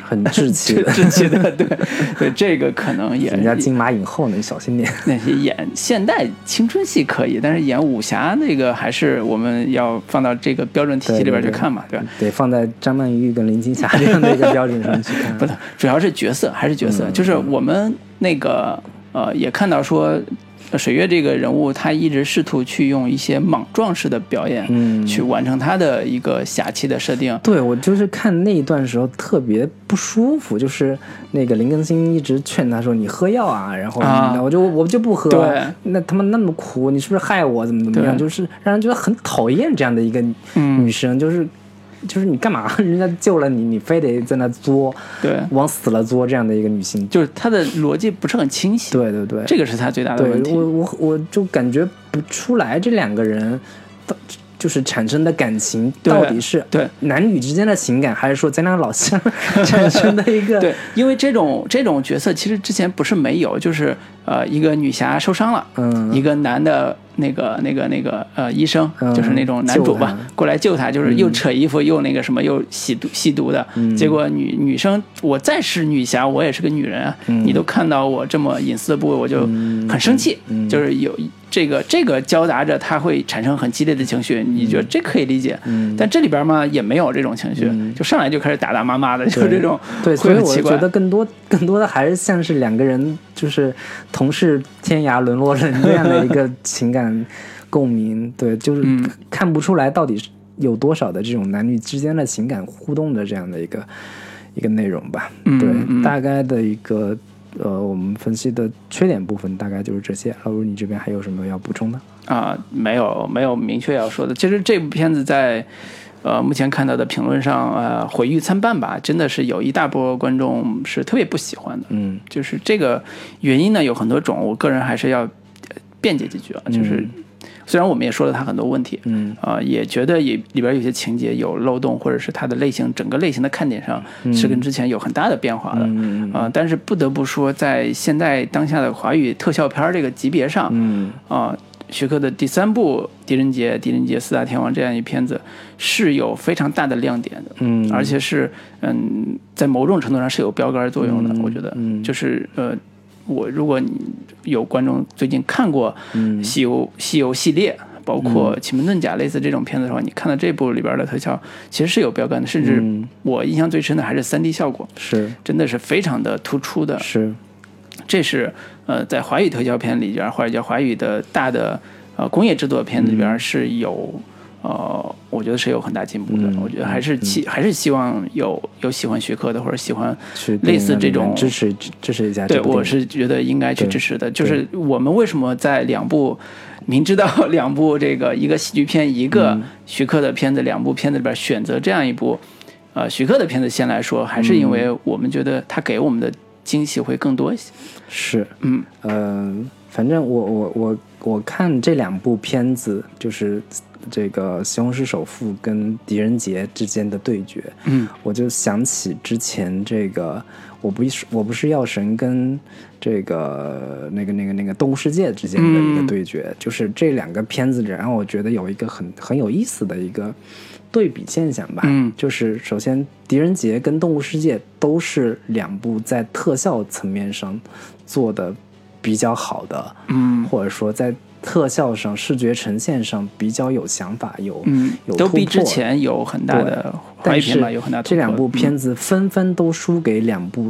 很稚气的， 稚气的，对对，这个可能也人家金马影后呢，你小心点。 那些演现代青春戏可以，但是演武侠那个还是我们要放到这个标准体系里边去看嘛，对吧？ 得放在张曼玉跟林青霞这样的一个标准上去看。 不是，主要是角色，还是角色，就是我们那个也看到说。水月这个人物，他一直试图去用一些莽撞式的表演，去完成他的一个侠气的设定。 对，我就是看那一段时候特别不舒服，就是那个林更新一直劝他说：“你喝药啊！”然后我就不喝。 对， 那他妈那么苦，你是不是害我？怎么样？就是让人觉得很讨厌这样的一个女生，就是你干嘛？人家救了你，你非得在那作， 对， 往死了作这样的一个女性， 就是她的逻辑不是很清晰。 对对对， 这个是她最大的问题。 我就感觉不出来这两个人就是产生的感情到底是男女之间的情感，还是说咱俩老乡产生的一个？ 对，因为这种角色其实之前不是没有，就是一个女侠受伤了，一个男的。那个医生就是那种男主吧，过来救他，就是又扯衣服又那个什么又吸毒的，结果女生，我再是女侠，我也是个女人啊，你都看到我这么隐私的部位，我就很生气，就是有这个交杂着他会产生很激烈的情绪，你觉得这可以理解，但这里边嘛也没有这种情绪，就上来就开始打骂骂的，就这种， 对，所以我觉得更多的还是像是两个人就是同是天涯沦落人这样的一个情感共鸣，对，就是看不出来到底有多少的这种男女之间的情感互动的这样的一个内容吧，对，大概的一个我们分析的缺点部分大概就是这些。老卢，你这边还有什么要补充的？ 没有明确要说的。其实这部片子在目前看到的评论上，毁誉参半吧，真的是有一大波观众是特别不喜欢的。就是这个原因呢有很多种，我个人还是要辩解几句啊，就是虽然我们也说了它很多问题，也觉得里边有些情节有漏洞，或者是它的整个类型的看点上是跟之前有很大的变化的，但是不得不说，在现在当下的华语特效片这个级别上，徐克的第3部《狄仁杰四大天王》这样一片子是有非常大的亮点的，而且是在某种程度上是有标杆作用的，我觉得就是如果你有观众最近看过西游系列，包括奇门遁甲类似这种片子的话，你看到这部里边的特效其实是有标杆的，甚至我印象最深的还是 3D 效果，是真的是非常的突出的，这是在华语特效片里边，或者叫华语的大的工业制作片子里边是有我觉得是有很大进步的。我觉得还是希望有喜欢徐克的或者喜欢类似这种支持一下。 对，我是觉得应该去支持的。就是我们为什么在明知道2部这个一个喜剧片一个徐克的片子2部片子里边选择这样一部徐克的片子先来说，还是因为我们觉得他给我们的惊喜会更多一些。 是，反正我看这2部片子，就是这个《西红柿首富》跟《狄仁杰》之间的对决，我就想起之前这个我不是药神跟这个那个动物世界之间的一个对决，就是这2个片子让我觉得有一个很有意思的一个对比现象吧，就是首先狄仁杰跟动物世界都是2部在特效层面上做的比较好的，或者说在特效上视觉呈现上比较有想法，有突破， 都比之前有很大的华语片吧，有很大突破。 这2部片子纷纷都输给2部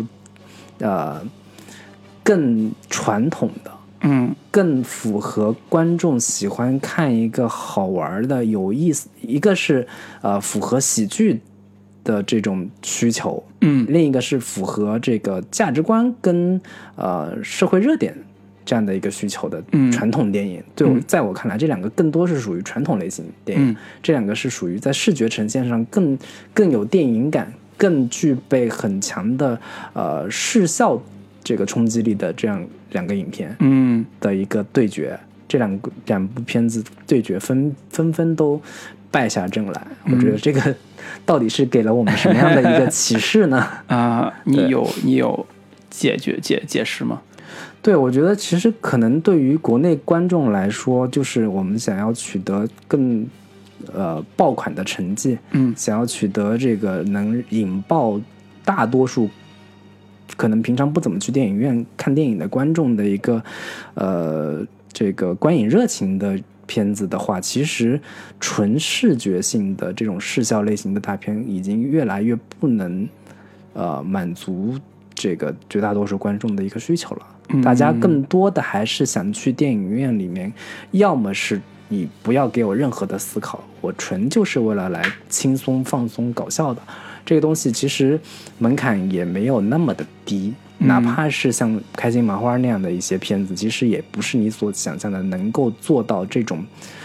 更传统的更符合观众喜欢看一个好玩的有意思，一个是符合喜剧的这种需求，另一个是符合这个价值观跟社会热点这样的一个需求的传统电影。在我看来，这2个更多是属于传统类型电影，这2个是属于在视觉呈现上更有电影感，更具备很强的视效这个冲击力的这样2个影片的一个对决。这两部片子对决纷纷都败下阵来，我觉得这个到底是给了我们什么样的一个启示呢？ 你有解释吗？ 对，我觉得其实可能对于国内观众来说，就是我们想要取得更爆款的成绩，想要取得这个能引爆大多数可能平常不怎么去电影院看电影的观众的一个这个观影热情的片子的话，其实纯视觉性的这种视效类型的大片已经越来越不能满足这个绝大多数观众的一个需求了。大家更多的还是想去电影院里面，要么是你不要给我任何的思考，我纯就是为了来轻松放松搞笑的。这个东西其实门槛也没有那么的低，哪怕是像开心麻花那样的一些片子，其实也不是你所想象的能够做到这种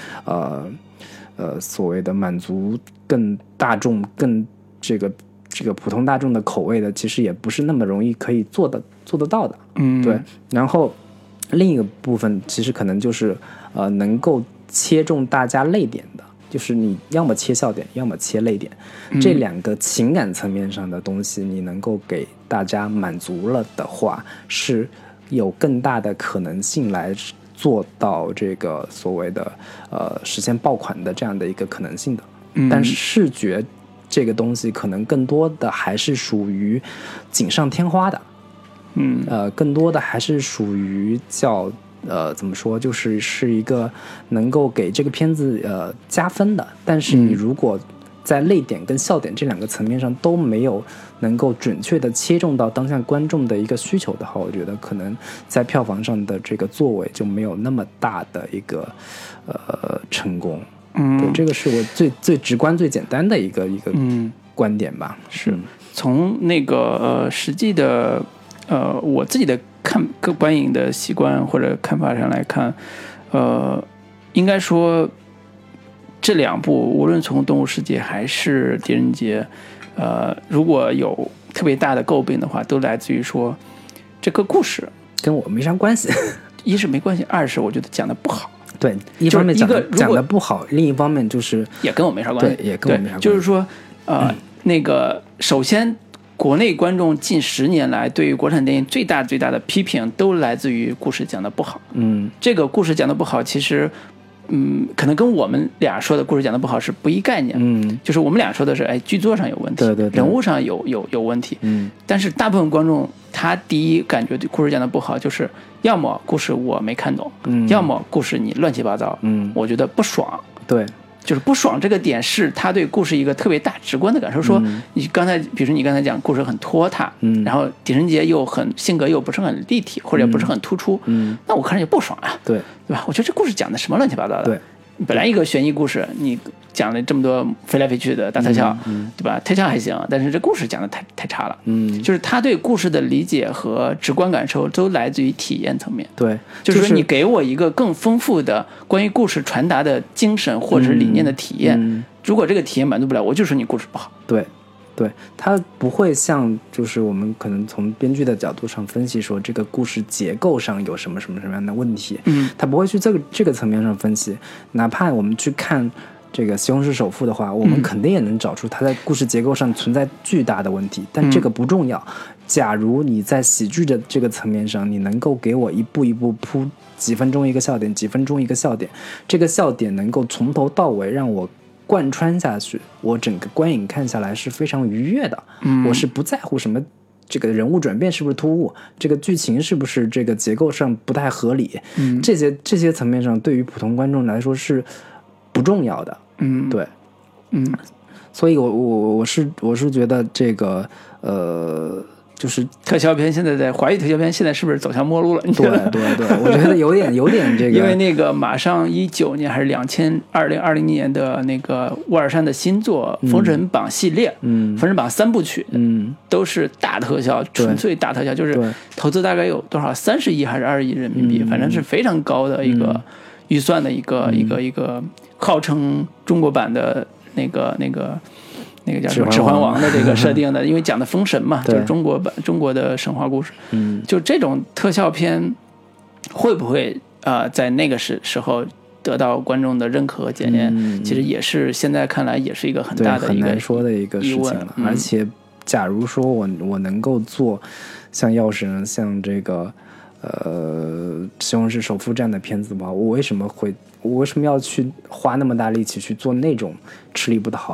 所谓的满足更大众更这个普通大众的口味的，其实也不是那么容易可以做得到的。对。然后另一个部分其实可能就是能够切中大家泪点的，就是你要么切笑点，要么切泪点，这两个情感层面上的东西你能够给大家满足了的话，是有更大的可能性来做到这个所谓的实现爆款的这样的一个可能性的。但是视觉这个东西可能更多的还是属于锦上添花的，更多的还是属于叫怎么说，是一个能够给这个片子加分的。但是你如果在泪点跟笑点这两个层面上都没有能够准确的切中到当下观众的一个需求的话，我觉得可能在票房上的这个作为就没有那么大的一个成功。对，这个是我最直观最简单的一个观点吧。 是从那个实际的我自己的观影的习惯或者看法上来看，应该说这两部无论从动物世界还是狄仁杰，如果有特别大的诟病的话，都来自于说这个故事跟我没啥关系。 一是没关系，二是我觉得讲的不好。 对，一方面讲的不好，另一方面就是也跟我没啥关系。 对，也跟我没啥关系。 就是说那个首先国内观众近10年来对于国产电影最大的批评都来自于故事讲的不好。这个故事讲的不好，其实可能跟我们俩说的故事讲的不好是不一概念。就是我们俩说的是剧作上有问题， 对， 人物上有问题。但是大部分观众他第一感觉对故事讲的不好，就是要么故事我没看懂，要么故事你乱七八糟，我觉得不爽。 对， 就是不爽这个点是他对故事一个特别大直观的感受。说你刚才，比如说你刚才讲故事很拖沓，然后狄仁杰又性格又不是很立体，或者不是很突出，那我看着也不爽啊，对吧？我觉得这故事讲的什么乱七八糟的。 对， 本来一个悬疑故事，你讲了这么多飞来飞去的大特效，对吧？特效还行，但是这故事讲的太差了。就是他对故事的理解和直观感受都来自于体验层面。 对， 就是说你给我一个更丰富的关于故事传达的精神或者是理念的体验，如果这个体验满足不了，我就说你故事不好。 对，它不会像就是我们可能从编剧的角度上分析说这个故事结构上有什么样的问题，它不会去这个层面上分析。哪怕我们去看这个《西红柿首富》的话，我们肯定也能找出它在故事结构上存在巨大的问题，但这个不重要。假如你在喜剧的这个层面上，你能够给我一步一步铺几分钟一个笑点，几分钟一个笑点，这个笑点能够从头到尾让我贯穿下去，我整个观影看下来是非常愉悦的。我是不在乎什么这个人物转变是不是突兀，这个剧情是不是这个结构上不太合理，这些层面上对于普通观众来说是不重要的。对，所以我是觉得这个就是特效片现在在华语特效片现在是不是走向末路了？ 对，我觉得有点这个， 因为那个马上19年还是2020年的那个沃尔善的新作《封神榜》系列，封神榜3部曲，都是大特效，纯粹大特效，就是投资大概有多少30亿还是20亿人民币，反正是非常高的一个预算的一个号称中国版的那个叫什么《指环王》的这个设定的，因为讲的封神嘛，就是中国的神话故事。就这种特效片会不会在那个时候得到观众的认可和检验，其实也是现在看来也是一个很大的一个很难说的一个事情了。而且假如说我能够做像药神像这个西红柿首富这样的片子吧，我为什么要去花那么大力气去做那种吃力不讨好的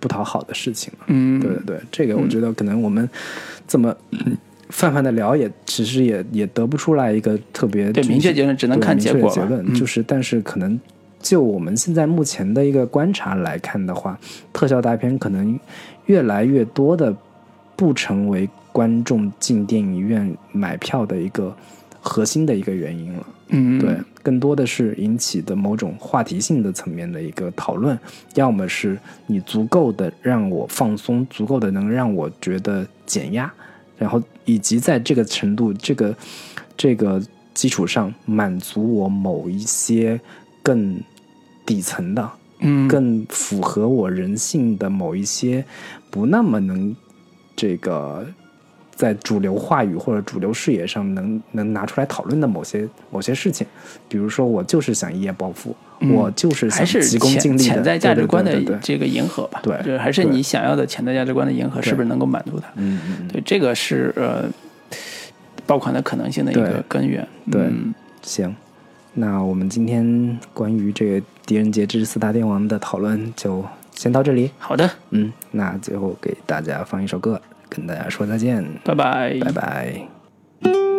不讨好的事情了。 嗯， 对，这个我觉得可能我们这么泛泛的聊其实也得不出来一个特别对明确结论，只能看结果结论。就是但是可能就我们现在目前的一个观察来看的话，特效大片可能越来越多的不成为观众进电影院买票的一个核心的一个原因了。对，更多的是引起的某种话题性的层面的一个讨论，要么是你足够的让我放松，足够的能让我觉得减压，然后以及在这个程度这个基础上满足我某一些更底层的更符合我人性的某一些不那么能这个在主流话语或者主流视野上能拿出来讨论的某些事情。比如说我就是想一夜暴富，我就是想急功近利的潜在价值观的这个迎合吧。 对， 还是你想要的潜在价值观的迎合是不是能够满足它？对，这个是爆款的可能性的一个根源。 对，行，那我们今天关于这个狄仁杰之四大天王的讨论就先到这里。 好的， 那最后给大家放一首歌，跟大家说再见， 拜拜， 拜拜。